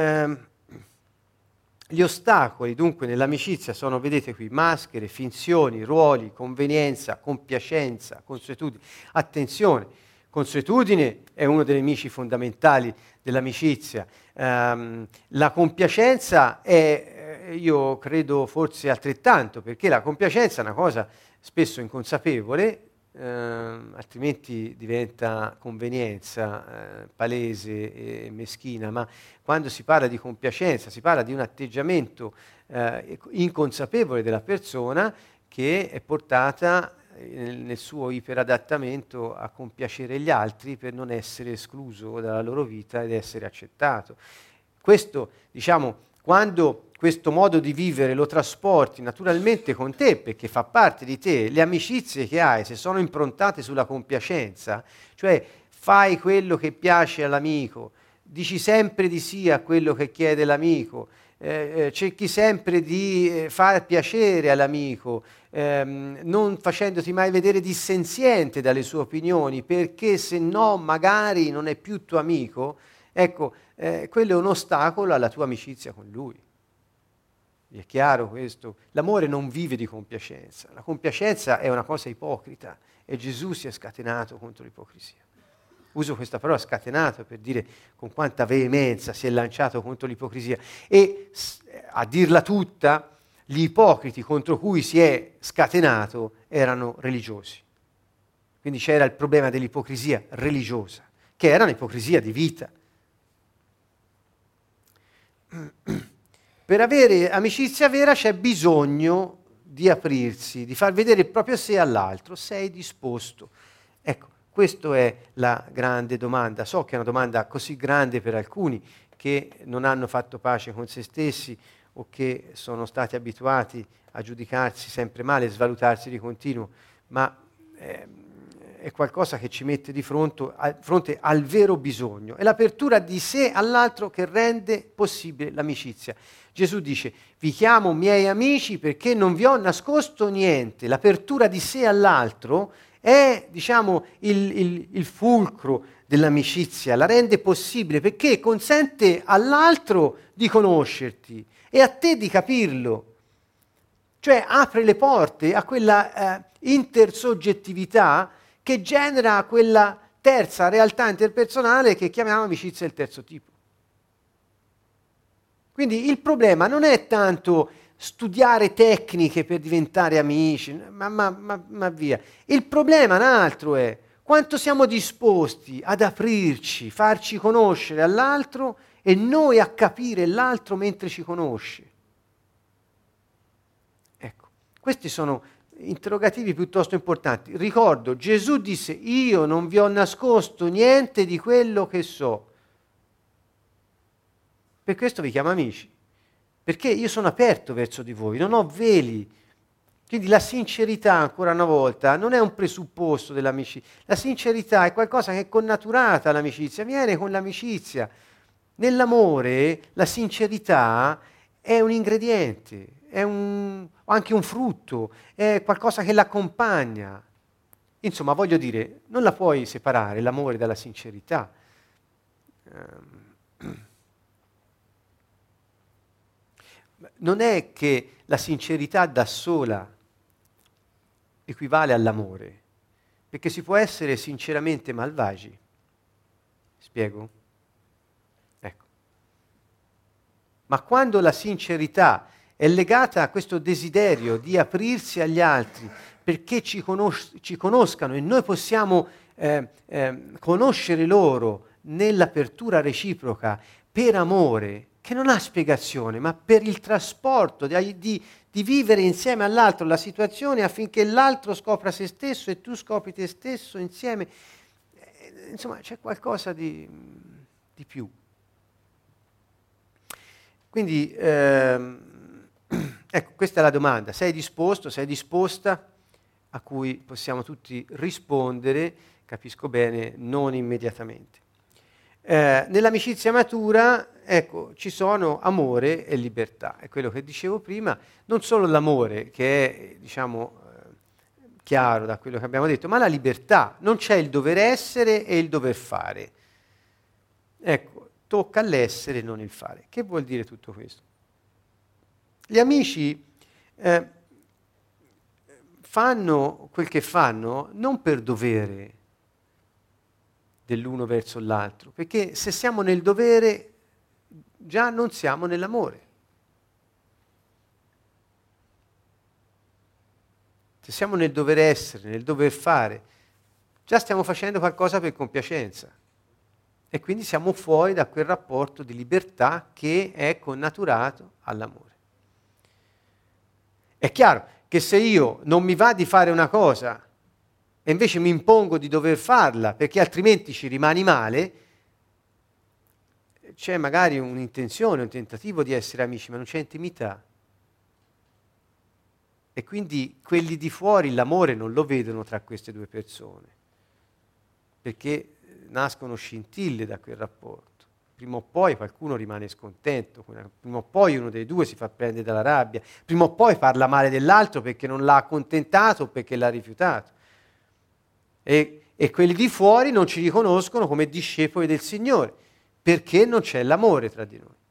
gli ostacoli dunque nell'amicizia sono, vedete qui, maschere, finzioni, ruoli, convenienza, compiacenza, consuetudine. Attenzione, consuetudine è uno dei nemici fondamentali dell'amicizia. La compiacenza è, io credo, forse altrettanto, perché la compiacenza è una cosa spesso inconsapevole, altrimenti diventa convenienza palese e meschina, ma quando si parla di compiacenza si parla di un atteggiamento inconsapevole della persona che è portata nel suo iperadattamento a compiacere gli altri per non essere escluso dalla loro vita ed essere accettato. Questo, diciamo, quando questo modo di vivere lo trasporti naturalmente con te, perché fa parte di te, le amicizie che hai, se sono improntate sulla compiacenza, cioè fai quello che piace all'amico, dici sempre di sì a quello che chiede l'amico, cerchi sempre di far piacere all'amico, non facendoti mai vedere dissenziente dalle sue opinioni, perché se no magari non è più tuo amico, ecco, quello è un ostacolo alla tua amicizia con lui. È chiaro questo? L'amore non vive di compiacenza, la compiacenza è una cosa ipocrita e Gesù si è scatenato contro l'ipocrisia. Uso questa parola scatenato per dire con quanta veemenza si è lanciato contro l'ipocrisia e a dirla tutta, gli ipocriti contro cui si è scatenato erano religiosi. Quindi c'era il problema dell'ipocrisia religiosa, che era un'ipocrisia di vita. Per avere amicizia vera c'è bisogno di aprirsi, di far vedere il proprio sé all'altro. Sei disposto? Ecco, questa è la grande domanda. So che è una domanda così grande per alcuni che non hanno fatto pace con se stessi o che sono stati abituati a giudicarsi sempre male, svalutarsi di continuo, ma è qualcosa che ci mette di fronte al vero bisogno. È l'apertura di sé all'altro che rende possibile l'amicizia. Gesù dice, vi chiamo miei amici perché non vi ho nascosto niente. L'apertura di sé all'altro è, diciamo, il fulcro dell'amicizia, la rende possibile perché consente all'altro di conoscerti e a te di capirlo. Cioè apre le porte a quella intersoggettività che genera quella terza realtà interpersonale che chiamiamo amicizia del terzo tipo. Quindi il problema non è tanto studiare tecniche per diventare amici, ma via. Il problema un altro è quanto siamo disposti ad aprirci, farci conoscere all'altro e noi a capire l'altro mentre ci conosce. Ecco, questi sono interrogativi piuttosto importanti. Ricordo, Gesù disse: io non vi ho nascosto niente di quello che so. Per questo vi chiamo amici, perché io sono aperto verso di voi, non ho veli. Quindi la sincerità, ancora una volta, non è un presupposto dell'amicizia. La sincerità è qualcosa che è connaturata all'amicizia, viene con l'amicizia. Nell'amore la sincerità è un ingrediente, è anche un frutto, è qualcosa che l'accompagna. Insomma, voglio dire, non la puoi separare l'amore dalla sincerità. Non è che la sincerità da sola equivale all'amore, perché si può essere sinceramente malvagi. Spiego? Ecco. Ma quando la sincerità è legata a questo desiderio di aprirsi agli altri perché ci conoscano e noi possiamo conoscere loro nell'apertura reciproca per amore, che non ha spiegazione, ma per il trasporto di vivere insieme all'altro la situazione affinché l'altro scopra se stesso e tu scopri te stesso insieme. Insomma, c'è qualcosa di più. Quindi, ecco, questa è la domanda. Sei disposto, sei disposta? A cui possiamo tutti rispondere, capisco bene, non immediatamente. Nell'amicizia matura, ecco, ci sono amore e libertà. È quello che dicevo prima, non solo l'amore, che è, diciamo, chiaro da quello che abbiamo detto, ma la libertà. Non c'è il dover essere e il dover fare. Ecco, tocca l'essere e non il fare. Che vuol dire tutto questo? Gli amici fanno quel che fanno non per dovere dell'uno verso l'altro, perché se siamo nel dovere già non siamo nell'amore. Se siamo nel dover essere, nel dover fare, già stiamo facendo qualcosa per compiacenza e quindi siamo fuori da quel rapporto di libertà che è connaturato all'amore. È chiaro che se io non mi va di fare una cosa e invece mi impongo di dover farla perché altrimenti ci rimani male, c'è magari un'intenzione, un tentativo di essere amici, ma non c'è intimità. E quindi quelli di fuori l'amore non lo vedono tra queste due persone, perché nascono scintille da quel rapporto. Prima o poi qualcuno rimane scontento, prima o poi uno dei due si fa prendere dalla rabbia, prima o poi parla male dell'altro perché non l'ha accontentato o perché l'ha rifiutato. E quelli di fuori non ci riconoscono come discepoli del Signore, perché non c'è l'amore tra di noi.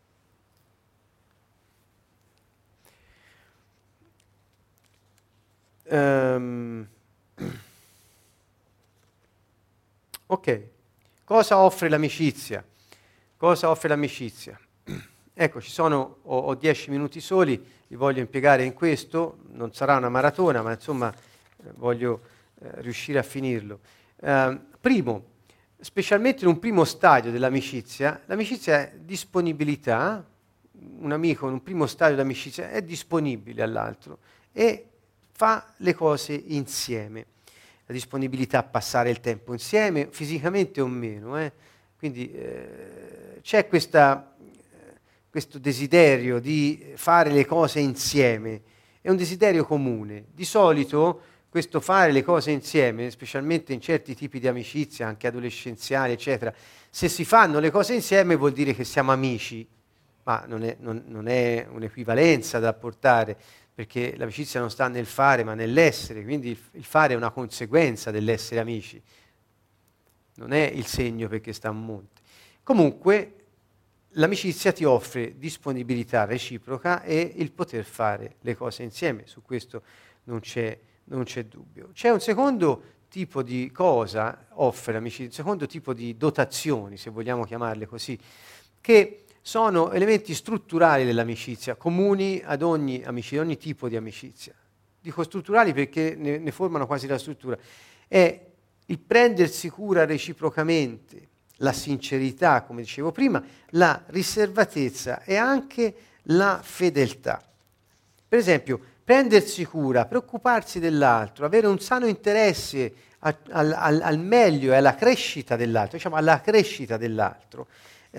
Ok, cosa offre l'amicizia? Cosa offre l'amicizia? Ecco, ho 10 minuti soli, li voglio impiegare in questo, non sarà una maratona, ma insomma voglio riuscire a finirlo. Primo, specialmente in un primo stadio dell'amicizia, l'amicizia è disponibilità, un amico in un primo stadio d'amicizia è disponibile all'altro e fa le cose insieme. La disponibilità a passare il tempo insieme, fisicamente o meno. Quindi c'è questo desiderio di fare le cose insieme, è un desiderio comune. Di solito questo fare le cose insieme, specialmente in certi tipi di amicizia, anche adolescenziali, eccetera, se si fanno le cose insieme vuol dire che siamo amici, ma non è un'equivalenza da portare, perché l'amicizia non sta nel fare ma nell'essere, quindi il fare è una conseguenza dell'essere amici. non è il segno perché sta a monte. Comunque l'amicizia ti offre disponibilità reciproca e il poter fare le cose insieme, su questo non c'è dubbio. C'è un secondo tipo di cosa offre l'amicizia, un secondo tipo di dotazioni, se vogliamo chiamarle così, che sono elementi strutturali dell'amicizia, comuni ad ogni amicizia, ogni tipo di amicizia. Dico strutturali perché ne formano quasi la struttura. È il prendersi cura reciprocamente, la sincerità, come dicevo prima, la riservatezza e anche la fedeltà. Per esempio, prendersi cura, preoccuparsi dell'altro, avere un sano interesse al meglio e alla crescita dell'altro, diciamo alla crescita dell'altro,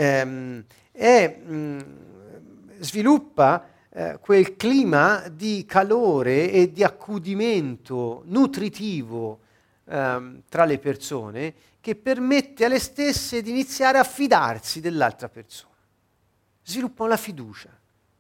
sviluppa quel clima di calore e di accudimento nutritivo tra le persone che permette alle stesse di iniziare a fidarsi dell'altra persona. Sviluppano la fiducia.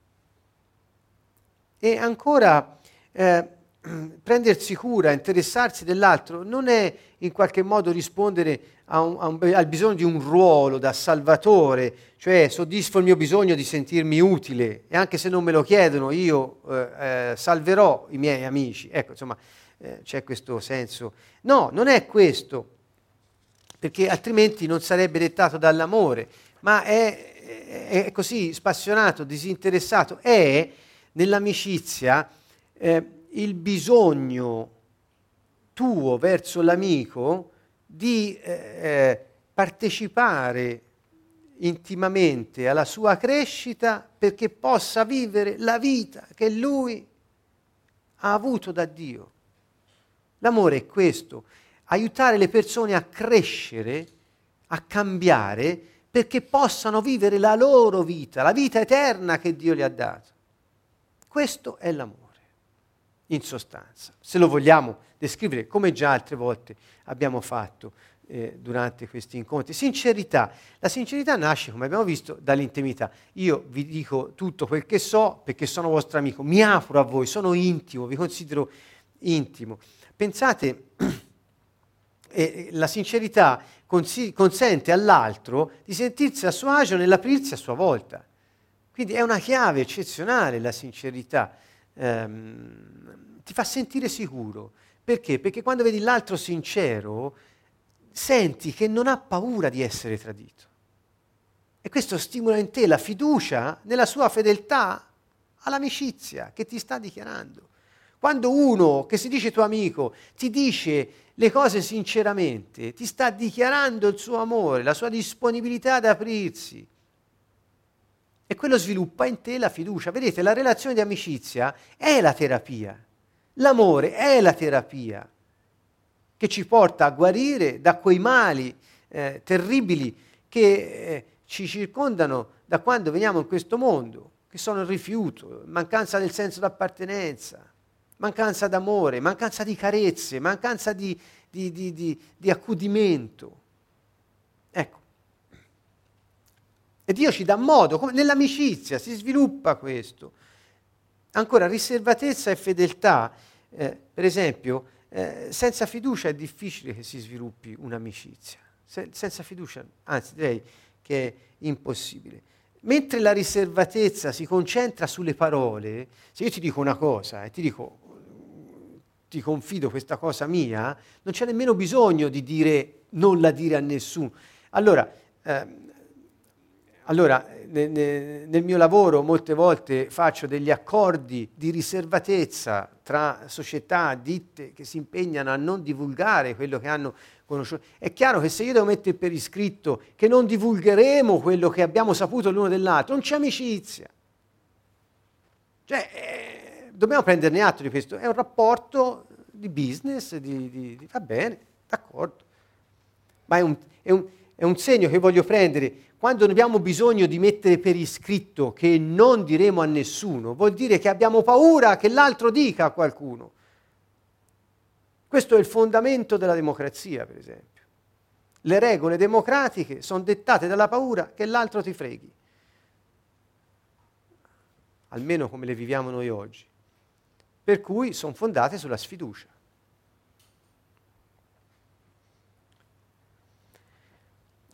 E ancora prendersi cura, interessarsi dell'altro non è in qualche modo rispondere al bisogno di un ruolo da salvatore, cioè soddisfo il mio bisogno di sentirmi utile e anche se non me lo chiedono io salverò i miei amici. Ecco, insomma, c'è questo senso. No, non è questo, perché altrimenti non sarebbe dettato dall'amore, ma è così spassionato, disinteressato, è nell'amicizia il bisogno tuo verso l'amico di partecipare intimamente alla sua crescita perché possa vivere la vita che lui ha avuto da Dio. L'amore è questo, aiutare le persone a crescere, a cambiare, perché possano vivere la loro vita, la vita eterna che Dio gli ha dato. Questo è l'amore, in sostanza, se lo vogliamo descrivere come già altre volte abbiamo fatto durante questi incontri. Sincerità. La sincerità nasce, come abbiamo visto, dall'intimità. Io vi dico tutto quel che so perché sono vostro amico, mi apro a voi, sono intimo, vi considero intimo. Pensate, la sincerità consente all'altro di sentirsi a suo agio nell'aprirsi a sua volta. Quindi è una chiave eccezionale la sincerità, ti fa sentire sicuro. Perché? Perché quando vedi l'altro sincero, senti che non ha paura di essere tradito. E questo stimola in te la fiducia nella sua fedeltà all'amicizia che ti sta dichiarando. Quando uno che si dice tuo amico ti dice le cose sinceramente, ti sta dichiarando il suo amore, la sua disponibilità ad aprirsi. E quello sviluppa in te la fiducia. Vedete, la relazione di amicizia è la terapia. L'amore è la terapia che ci porta a guarire da quei mali terribili che ci circondano da quando veniamo in questo mondo, che sono il rifiuto, mancanza del senso d'appartenenza, mancanza d'amore, mancanza di carezze, mancanza di accudimento. Ecco. E Dio ci dà modo, come nell'amicizia si sviluppa questo. Ancora, riservatezza e fedeltà. Per esempio, senza fiducia è difficile che si sviluppi un'amicizia. Senza fiducia, anzi direi che è impossibile. Mentre la riservatezza si concentra sulle parole, se io ti dico una cosa e ti confido questa cosa mia, non c'è nemmeno bisogno di dire non la dire a nessuno. Allora nel mio lavoro molte volte faccio degli accordi di riservatezza tra società, ditte che si impegnano a non divulgare quello che hanno conosciuto. È chiaro che se io devo mettere per iscritto che non divulgheremo quello che abbiamo saputo l'uno dell'altro, non c'è amicizia. Cioè, dobbiamo prenderne atto di questo. È un rapporto di business, va bene, d'accordo. Ma è un segno che voglio prendere. Quando abbiamo bisogno di mettere per iscritto che non diremo a nessuno, vuol dire che abbiamo paura che l'altro dica a qualcuno. Questo è il fondamento della democrazia, per esempio. Le regole democratiche sono dettate dalla paura che l'altro ti freghi. Almeno come le viviamo noi oggi. Per cui sono fondate sulla sfiducia.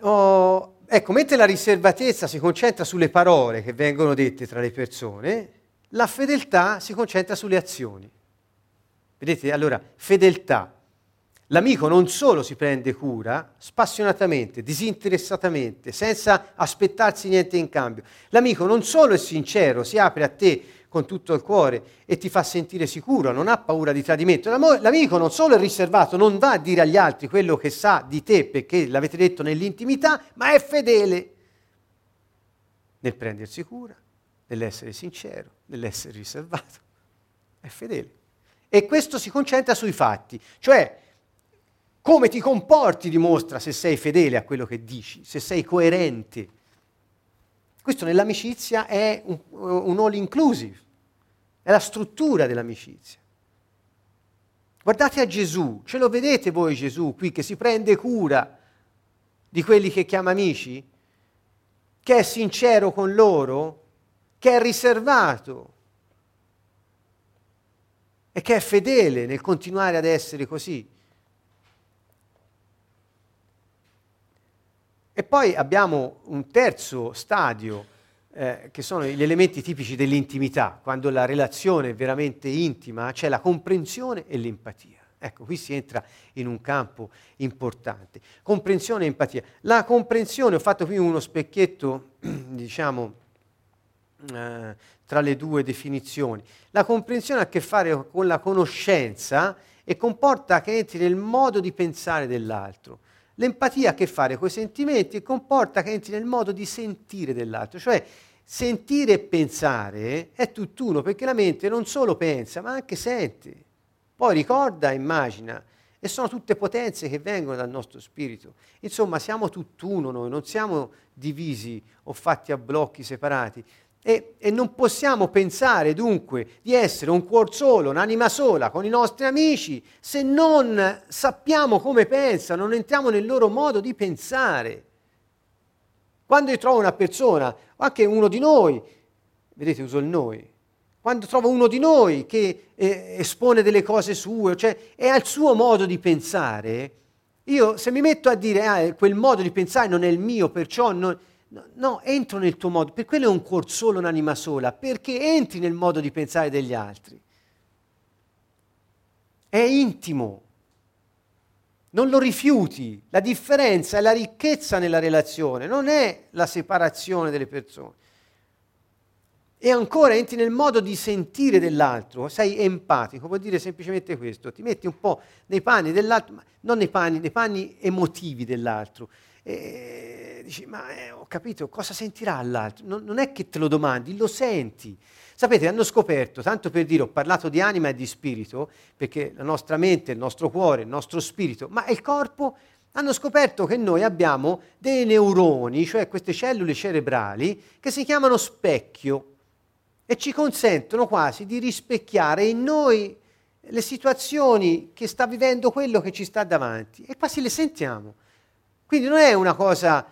ecco, mentre la riservatezza si concentra sulle parole che vengono dette tra le persone, la fedeltà si concentra sulle azioni. Vedete? Allora, fedeltà. L'amico non solo si prende cura, spassionatamente, disinteressatamente, senza aspettarsi niente in cambio. L'amico non solo è sincero, si apre a te con tutto il cuore e ti fa sentire sicuro, non ha paura di tradimento. L'amico non solo è riservato, non va a dire agli altri quello che sa di te perché l'avete detto nell'intimità, ma è fedele nel prendersi cura, nell'essere sincero, nell'essere riservato. È fedele. E questo si concentra sui fatti, cioè come ti comporti dimostra se sei fedele a quello che dici, se sei coerente. Questo nell'amicizia è un all inclusive, è la struttura dell'amicizia. Guardate a Gesù, ce lo vedete voi Gesù qui che si prende cura di quelli che chiama amici? Che è sincero con loro? Che è riservato? E che è fedele nel continuare ad essere così? E poi abbiamo un terzo stadio, che sono gli elementi tipici dell'intimità. Quando la relazione è veramente intima, c'è la comprensione e l'empatia. Ecco, qui si entra in un campo importante. Comprensione e empatia. La comprensione, ho fatto qui uno specchietto, diciamo, tra le due definizioni. La comprensione ha a che fare con la conoscenza e comporta che entri nel modo di pensare dell'altro. L'empatia ha a che fare con i sentimenti e comporta che entri nel modo di sentire dell'altro, cioè sentire e pensare è tutt'uno, perché la mente non solo pensa, ma anche sente, poi ricorda, immagina, e sono tutte potenze che vengono dal nostro spirito. Insomma, siamo tutt'uno noi, non siamo divisi o fatti a blocchi separati. E non possiamo pensare dunque di essere un cuor solo, un'anima sola con i nostri amici se non sappiamo come pensano, non entriamo nel loro modo di pensare. Quando io trovo una persona, o anche uno di noi, vedete uso il noi, quando trovo uno di noi che espone delle cose sue, cioè è al suo modo di pensare, io se mi metto a dire quel modo di pensare non è il mio, perciò non... No, entro nel tuo modo, per quello è un cuor solo, un'anima sola, perché entri nel modo di pensare degli altri. È intimo, non lo rifiuti, la differenza è la ricchezza nella relazione, non è la separazione delle persone. E ancora entri nel modo di sentire dell'altro, sei empatico, vuol dire semplicemente questo, ti metti un po' nei panni dell'altro, non nei panni emotivi dell'altro. E dici, ma ho capito, cosa sentirà l'altro? Non è che te lo domandi, lo senti. Sapete, hanno scoperto, tanto per dire, ho parlato di anima e di spirito, perché la nostra mente, il nostro cuore, il nostro spirito, ma il corpo, hanno scoperto che noi abbiamo dei neuroni, cioè queste cellule cerebrali, che si chiamano specchio e ci consentono quasi di rispecchiare in noi le situazioni che sta vivendo quello che ci sta davanti e quasi le sentiamo. Quindi non è una cosa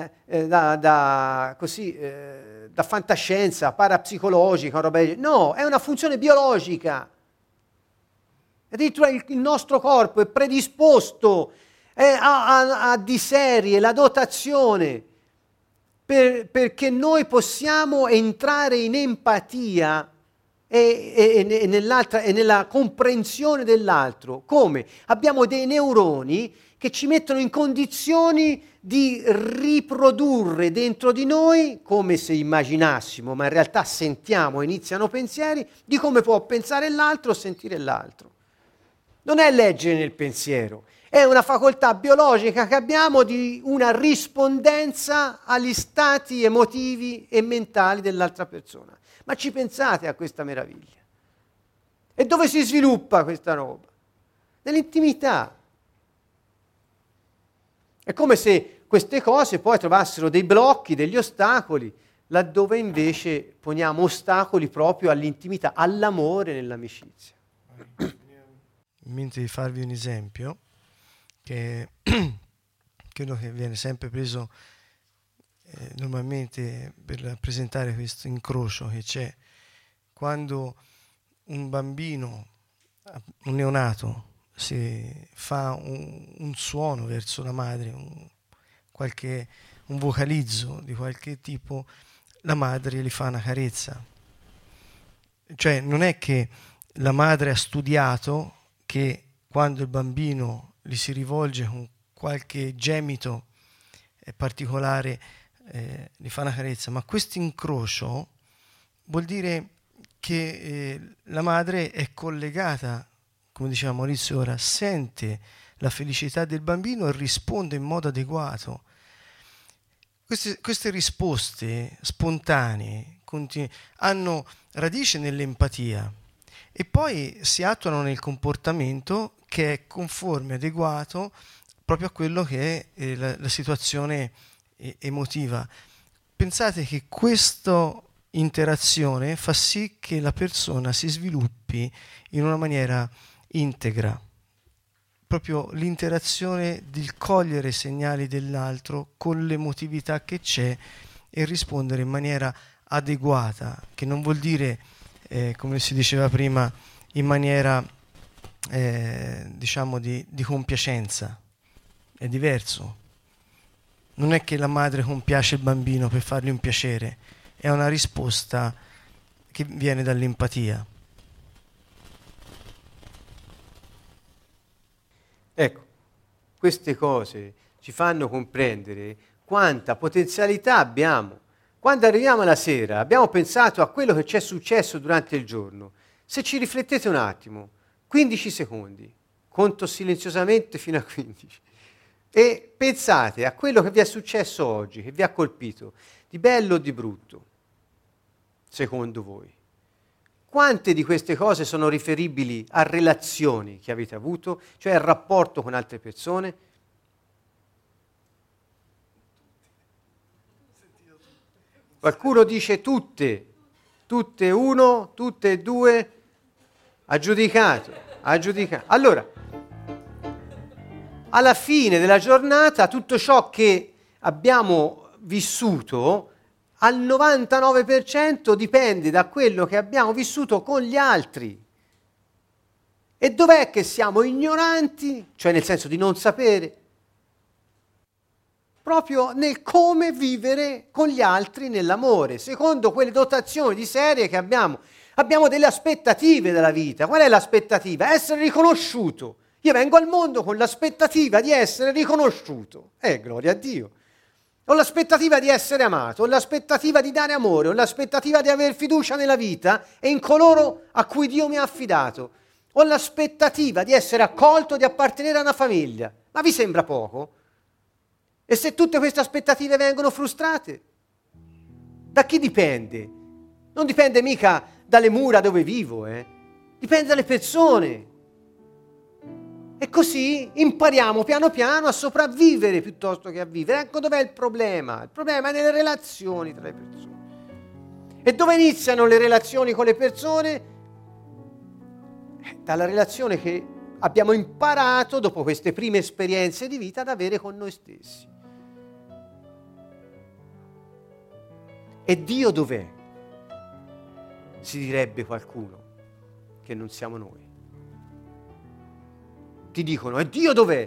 da fantascienza, parapsicologica, no, è una funzione biologica. Addirittura il nostro corpo è predisposto a di serie la dotazione perché noi possiamo entrare in empatia e nella comprensione dell'altro. Come? Abbiamo dei neuroni che ci mettono in condizioni di riprodurre dentro di noi, come se immaginassimo, ma in realtà sentiamo, iniziano pensieri, di come può pensare l'altro o sentire l'altro. Non è leggere nel pensiero, è una facoltà biologica che abbiamo di una rispondenza agli stati emotivi e mentali dell'altra persona. Ma ci pensate a questa meraviglia? E dove si sviluppa questa roba? Nell'intimità. È come se queste cose poi trovassero dei blocchi, degli ostacoli, laddove invece poniamo ostacoli proprio all'intimità, all'amore nell'amicizia. In mente di farvi un esempio, che credo che viene sempre preso normalmente per rappresentare questo incrocio che c'è quando un bambino, un neonato, si fa un suono verso la madre, un vocalizzo di qualche tipo, la madre gli fa una carezza. Cioè non è che la madre ha studiato che quando il bambino gli si rivolge con qualche gemito particolare gli fa una carezza, ma questo incrocio vuol dire che la madre è collegata, come diceva Maurizio ora, sente la felicità del bambino e risponde in modo adeguato. Queste risposte spontanee hanno radice nell'empatia e poi si attuano nel comportamento che è conforme, adeguato proprio a quello che è la situazione emotiva. Pensate che questa interazione fa sì che la persona si sviluppi in una maniera integra. Proprio l'interazione di cogliere i segnali dell'altro con l'emotività che c'è e rispondere in maniera adeguata, che non vuol dire, come si diceva prima, in maniera diciamo di compiacenza. È diverso. Non è che la madre compiace il bambino per fargli un piacere, è una risposta che viene dall'empatia. Ecco, queste cose ci fanno comprendere quanta potenzialità abbiamo. Quando arriviamo alla sera, abbiamo pensato a quello che ci è successo durante il giorno. Se ci riflettete un attimo, 15 secondi, conto silenziosamente fino a 15, e pensate a quello che vi è successo oggi, che vi ha colpito, di bello o di brutto, secondo voi. Quante di queste cose sono riferibili a relazioni che avete avuto, cioè al rapporto con altre persone? Qualcuno dice tutte, tutte uno, tutte e due, ha giudicato. Allora, alla fine della giornata tutto ciò che abbiamo vissuto al 99% dipende da quello che abbiamo vissuto con gli altri. E dov'è che siamo ignoranti? Cioè nel senso di non sapere. Proprio nel come vivere con gli altri nell'amore, secondo quelle dotazioni di serie che abbiamo. Abbiamo delle aspettative dalla vita. Qual è l'aspettativa? Essere riconosciuto. Io vengo al mondo con l'aspettativa di essere riconosciuto. Gloria a Dio. Ho l'aspettativa di essere amato, ho l'aspettativa di dare amore, ho l'aspettativa di aver fiducia nella vita e in coloro a cui Dio mi ha affidato. Ho l'aspettativa di essere accolto, di appartenere a una famiglia. Ma vi sembra poco? E se tutte queste aspettative vengono frustrate? Da chi dipende? Non dipende mica dalle mura dove vivo, Dipende dalle persone. E così impariamo piano piano a sopravvivere piuttosto che a vivere. Ecco dov'è il problema. Il problema è nelle relazioni tra le persone. E dove iniziano le relazioni con le persone? Dalla relazione che abbiamo imparato, dopo queste prime esperienze di vita, ad avere con noi stessi. E Dio dov'è? Si direbbe qualcuno, che non siamo noi. Ti dicono, e Dio dov'è?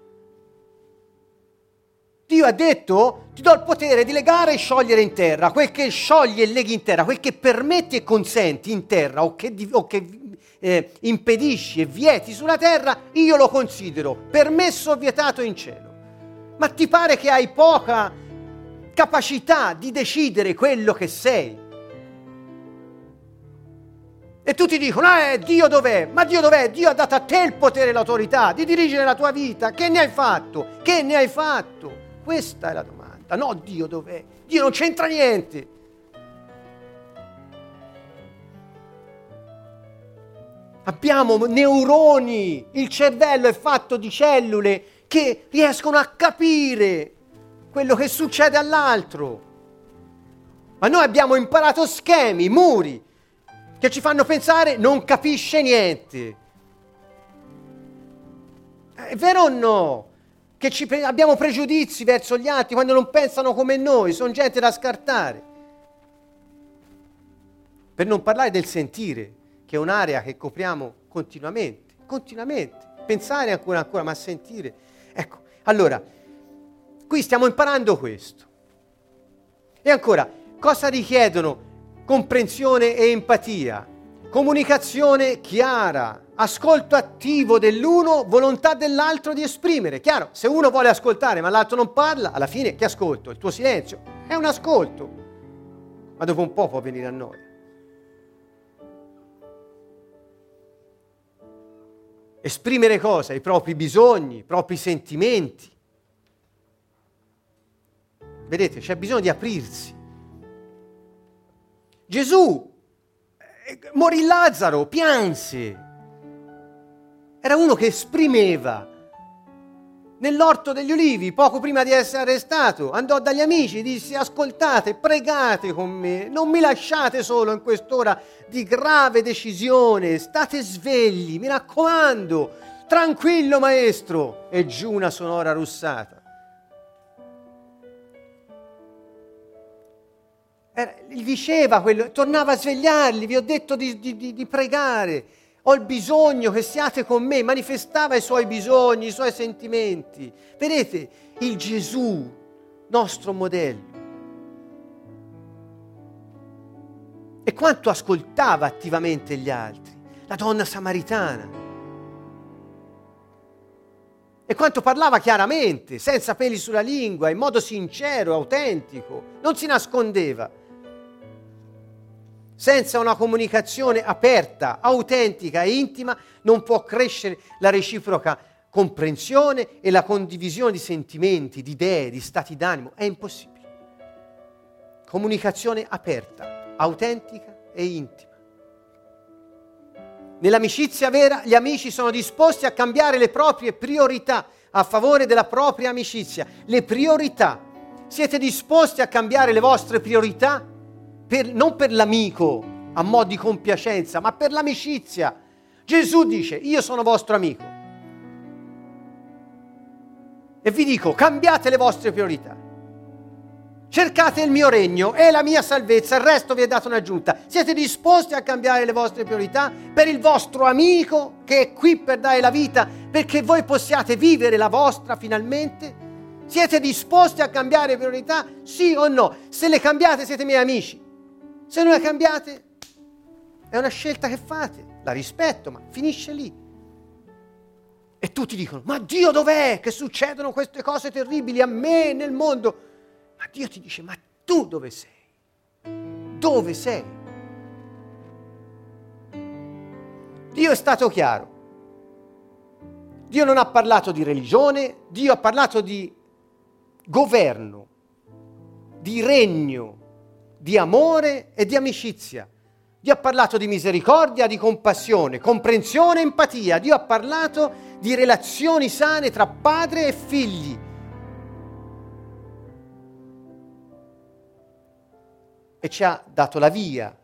Dio ha detto, ti do il potere di legare e sciogliere in terra, quel che sciogli e leghi in terra, quel che permetti e consenti in terra o che impedisci e vieti sulla terra, io lo considero permesso o vietato in cielo. Ma ti pare che hai poca capacità di decidere quello che sei? E tutti dicono, Dio dov'è? Ma Dio dov'è? Dio ha dato a te il potere e l'autorità di dirigere la tua vita. Che ne hai fatto? Che ne hai fatto? Questa è la domanda. No, Dio dov'è? Dio non c'entra niente. Abbiamo neuroni. Il cervello è fatto di cellule che riescono a capire quello che succede all'altro. Ma noi abbiamo imparato schemi, muri, che ci fanno pensare non capisce niente. È vero o no? Che abbiamo pregiudizi verso gli altri quando non pensano come noi, sono gente da scartare. Per non parlare del sentire, che è un'area che copriamo continuamente. Pensare ancora, ma sentire. Ecco, allora, qui stiamo imparando questo. E ancora, cosa richiedono comprensione e empatia? Comunicazione chiara, ascolto attivo dell'uno, volontà dell'altro di esprimere. Chiaro, se uno vuole ascoltare ma l'altro non parla, alla fine che ascolto? Il tuo silenzio è un ascolto, ma dopo un po' può venire a noia. Esprimere cosa? I propri bisogni, i propri sentimenti. Vedete, c'è bisogno di aprirsi. Gesù morì Lazzaro, pianse. Era uno che esprimeva. Nell'orto degli Ulivi, poco prima di essere arrestato, andò dagli amici, disse: ascoltate, pregate con me, non mi lasciate solo in quest'ora di grave decisione, state svegli, mi raccomando, tranquillo maestro. E giù una sonora russata. Gli diceva quello, tornava a svegliarli, vi ho detto di pregare, ho il bisogno che siate con me, manifestava i suoi bisogni, i suoi sentimenti. Vedete, il Gesù, nostro modello. E quanto ascoltava attivamente gli altri, la donna samaritana. E quanto parlava chiaramente, senza peli sulla lingua, in modo sincero, autentico, non si nascondeva. Senza una comunicazione aperta, autentica e intima non può crescere la reciproca comprensione e la condivisione di sentimenti, di idee, di stati d'animo. È impossibile. Comunicazione aperta, autentica e intima. Nell'amicizia vera gli amici sono disposti a cambiare le proprie priorità a favore della propria amicizia. Le priorità. Siete disposti a cambiare le vostre priorità? Non per l'amico a mo' di compiacenza, ma per l'amicizia. Gesù dice: io sono vostro amico e vi dico, cambiate le vostre priorità, cercate il mio regno e la mia salvezza, il resto vi è dato in aggiunta. Siete disposti a cambiare le vostre priorità per il vostro amico che è qui per dare la vita perché voi possiate vivere la vostra finalmente? Siete disposti a cambiare priorità? Sì o no? Se le cambiate siete miei amici. Se non la cambiate, è una scelta che fate, la rispetto, ma finisce lì. E tutti dicono: ma Dio dov'è che succedono queste cose terribili a me nel mondo? Ma Dio ti dice: ma tu dove sei? Dove sei? Dio è stato chiaro. Dio non ha parlato di religione, Dio ha parlato di governo, di regno, di amore e di amicizia. Dio ha parlato di misericordia, di compassione, comprensione, empatia. Dio ha parlato di relazioni sane tra padre e figli. E ci ha dato la via.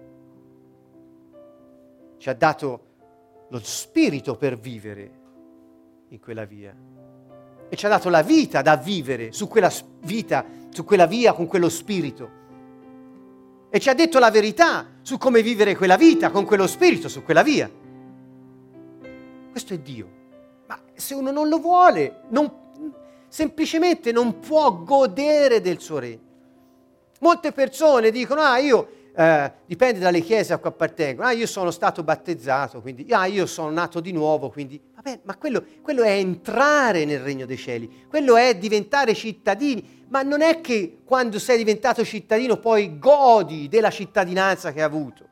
Ci ha dato lo spirito per vivere in quella via. E ci ha dato la vita da vivere su quella vita, su quella via con quello spirito. E ci ha detto la verità su come vivere quella vita con quello spirito, su quella via. Questo è Dio. Ma se uno non lo vuole, semplicemente non può godere del suo regno. Molte persone dicono: dipende dalle chiese a cui appartengono, io sono stato battezzato, quindi io sono nato di nuovo, quindi vabbè, ma quello è entrare nel regno dei cieli, quello è diventare cittadini. Ma non è che quando sei diventato cittadino poi godi della cittadinanza che hai avuto.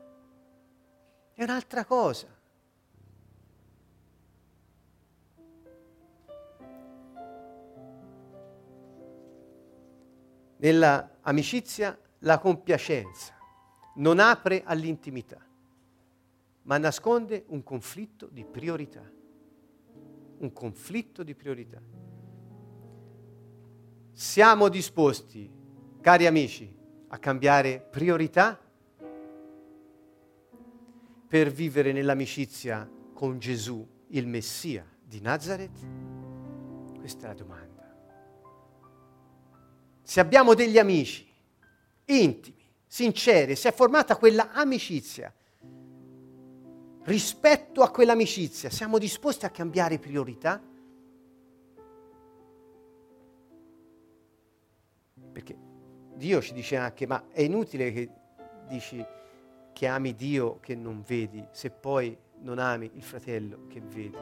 È un'altra cosa. Nella amicizia la compiacenza non apre all'intimità, ma nasconde un conflitto di priorità. Un conflitto di priorità. Siamo disposti, cari amici, a cambiare priorità per vivere nell'amicizia con Gesù, il Messia di Nazareth? Questa è la domanda. Se abbiamo degli amici intimi, sinceri, si è formata quella amicizia, rispetto a quell'amicizia, siamo disposti a cambiare priorità? Perché Dio ci dice anche, ma è inutile che dici che ami Dio che non vedi, se poi non ami il fratello che vedi.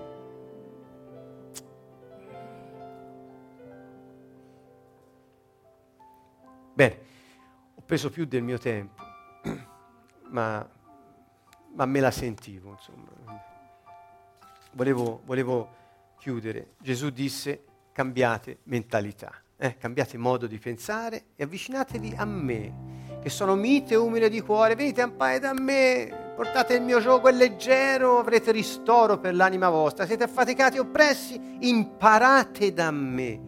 Bene, ho preso più del mio tempo, ma me la sentivo, insomma. Volevo chiudere. Gesù disse, cambiate mentalità, cambiate modo di pensare e avvicinatevi a me, che sono mite e umile di cuore. Venite, imparate da me, portate il mio giogo, è leggero, avrete ristoro per l'anima vostra. Siete affaticati e oppressi? Imparate da me.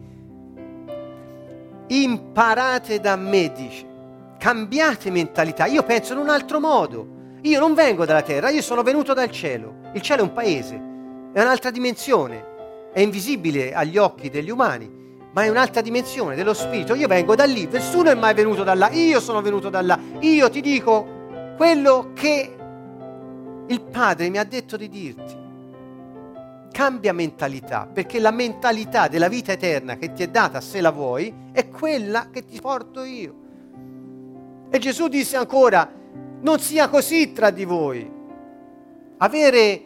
Imparate da me, dice. Cambiate mentalità. Io penso in un altro modo. Io non vengo dalla terra, io sono venuto dal cielo. Il cielo è un paese, è un'altra dimensione, è invisibile agli occhi degli umani, ma è un'altra dimensione dello spirito. Io vengo da lì, nessuno è mai venuto da là, io sono venuto da là. Io ti dico quello che il Padre mi ha detto di dirti. Cambia mentalità, perché la mentalità della vita eterna che ti è data, se la vuoi, è quella che ti porto io. E Gesù disse ancora, non sia così tra di voi. Avere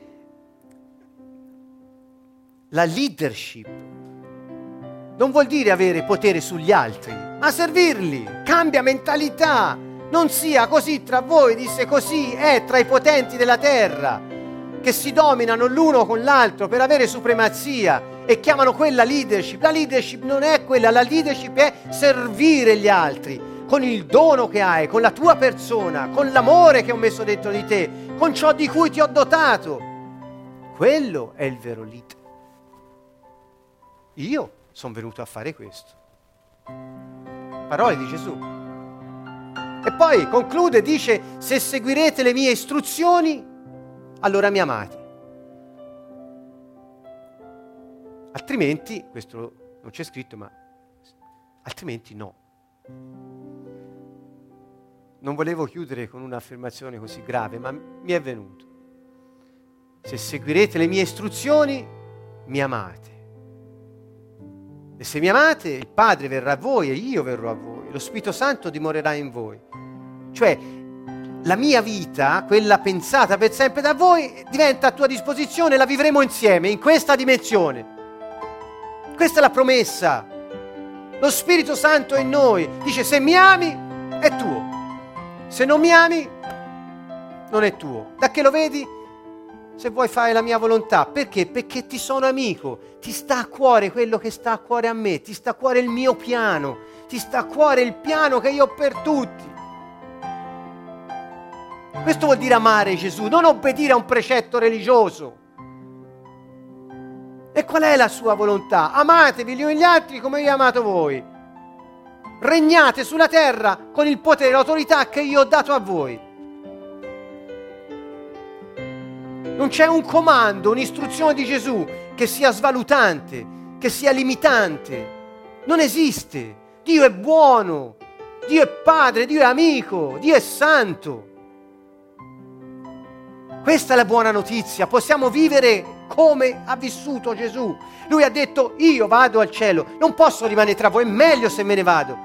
la leadership non vuol dire avere potere sugli altri, ma servirli. Cambia mentalità. Non sia così tra voi, disse, così è tra i potenti della terra, che si dominano l'uno con l'altro per avere supremazia e chiamano quella leadership. La leadership non è quella, la leadership è servire gli altri con il dono che hai, con la tua persona, con l'amore che ho messo dentro di te, con ciò di cui ti ho dotato. Quello è il vero leader. Io sono venuto a fare questo. Parole di Gesù. E poi conclude, dice, se seguirete le mie istruzioni, allora mi amate. Altrimenti, questo non c'è scritto, ma altrimenti no. Non volevo chiudere con un'affermazione così grave, ma mi è venuto. Se seguirete le mie istruzioni, mi amate. E se mi amate, il Padre verrà a voi e io verrò a voi. Lo Spirito Santo dimorerà in voi. Cioè, la mia vita, quella pensata per sempre da voi, diventa a tua disposizione, la vivremo insieme in questa dimensione. Questa è la promessa. Lo Spirito Santo è in noi. Dice, se mi ami, è tuo. Se non mi ami, non è tuo. Da che lo vedi? Se vuoi fare la mia volontà. Perché? Perché ti sono amico. Ti sta a cuore quello che sta a cuore a me. Ti sta a cuore il mio piano. Ti sta a cuore il piano che io ho per tutti. Questo vuol dire amare Gesù, non obbedire a un precetto religioso. E qual è la sua volontà? Amatevi gli uni gli altri come io ho amato voi. Regnate sulla terra con il potere e l'autorità che io ho dato a voi. Non c'è un comando, un'istruzione di Gesù che sia svalutante, che sia limitante. Non esiste. Dio è buono, Dio è Padre, Dio è amico, Dio è santo. Questa è la buona notizia. Possiamo vivere come ha vissuto Gesù. Lui ha detto, io vado al cielo, non posso rimanere tra voi, è meglio se me ne vado.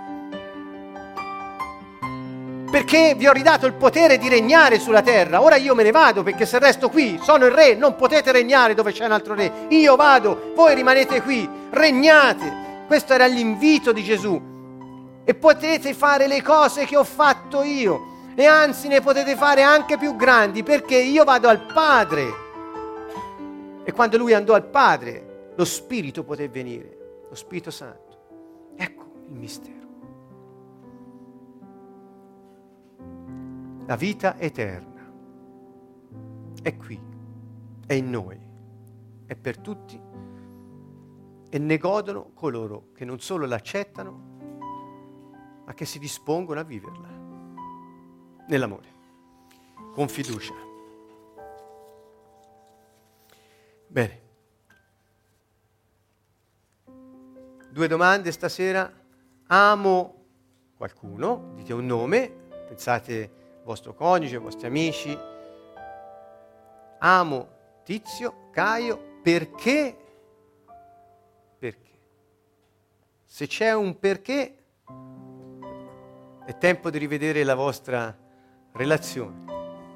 Perché vi ho ridato il potere di regnare sulla terra. Ora io me ne vado, perché se resto qui sono il re, non potete regnare dove c'è un altro re. Io vado, voi rimanete qui, regnate. Questo era l'invito di Gesù. E potete fare le cose che ho fatto io. E anzi ne potete fare anche più grandi, perché io vado al Padre. E quando lui andò al Padre, lo Spirito poté venire, lo Spirito Santo. Ecco il mistero. La vita eterna è qui, è in noi, è per tutti e ne godono coloro che non solo l'accettano, ma che si dispongono a viverla nell'amore, con fiducia. Bene. 2 domande stasera. Amo qualcuno, dite un nome, pensate vostro coniuge, vostri amici. Amo Tizio, Caio, perché? Perché? Se c'è un perché, È tempo di rivedere la vostra relazione.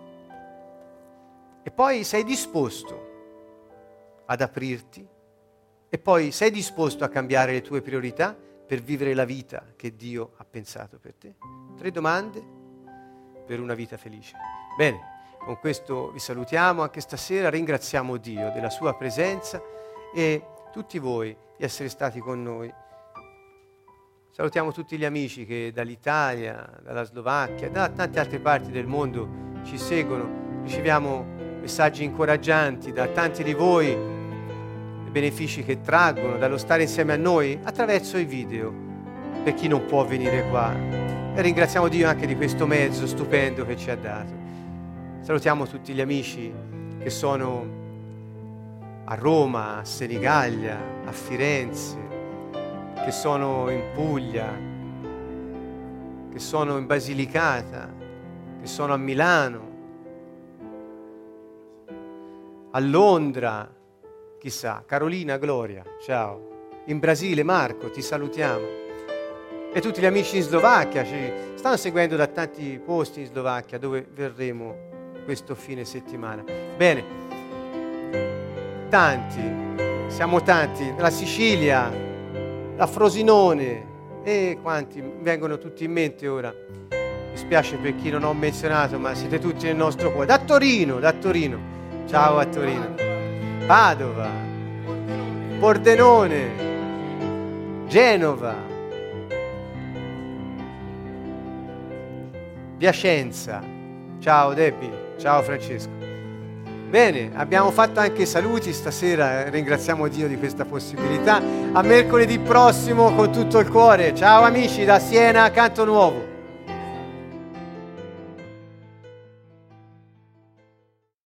E poi sei disposto ad aprirti, e poi sei disposto a cambiare le tue priorità per vivere la vita che Dio ha pensato per te. 3 domande per una vita felice. Bene, con questo vi salutiamo anche stasera, ringraziamo Dio della sua presenza e tutti voi di essere stati con noi. Salutiamo tutti gli amici che dall'Italia, dalla Slovacchia, da tante altre parti del mondo ci seguono. Riceviamo messaggi incoraggianti da tanti di voi, i benefici che traggono dallo stare insieme a noi attraverso i video, per chi non può venire qua. E ringraziamo Dio anche di questo mezzo stupendo che ci ha dato. Salutiamo tutti gli amici che sono a Roma, a Senigallia, a Firenze, che sono in Puglia, che sono in Basilicata, che sono a Milano, a Londra, chissà, Carolina, Gloria, ciao. In Brasile, Marco, ti salutiamo. E tutti gli amici in Slovacchia ci stanno seguendo da tanti posti in Slovacchia dove verremo questo fine settimana. Bene, tanti, siamo tanti, la Sicilia, la Frosinone e quanti mi vengono tutti in mente ora. Mi spiace per chi non ho menzionato, ma siete tutti nel nostro cuore. Da Torino, ciao a Torino. Padova, Pordenone, Genova, Piacenza. Ciao Debbie, ciao Francesco. Bene, abbiamo fatto anche saluti stasera, ringraziamo Dio di questa possibilità. A mercoledì prossimo con tutto il cuore. Ciao amici da Siena, Canto Nuovo.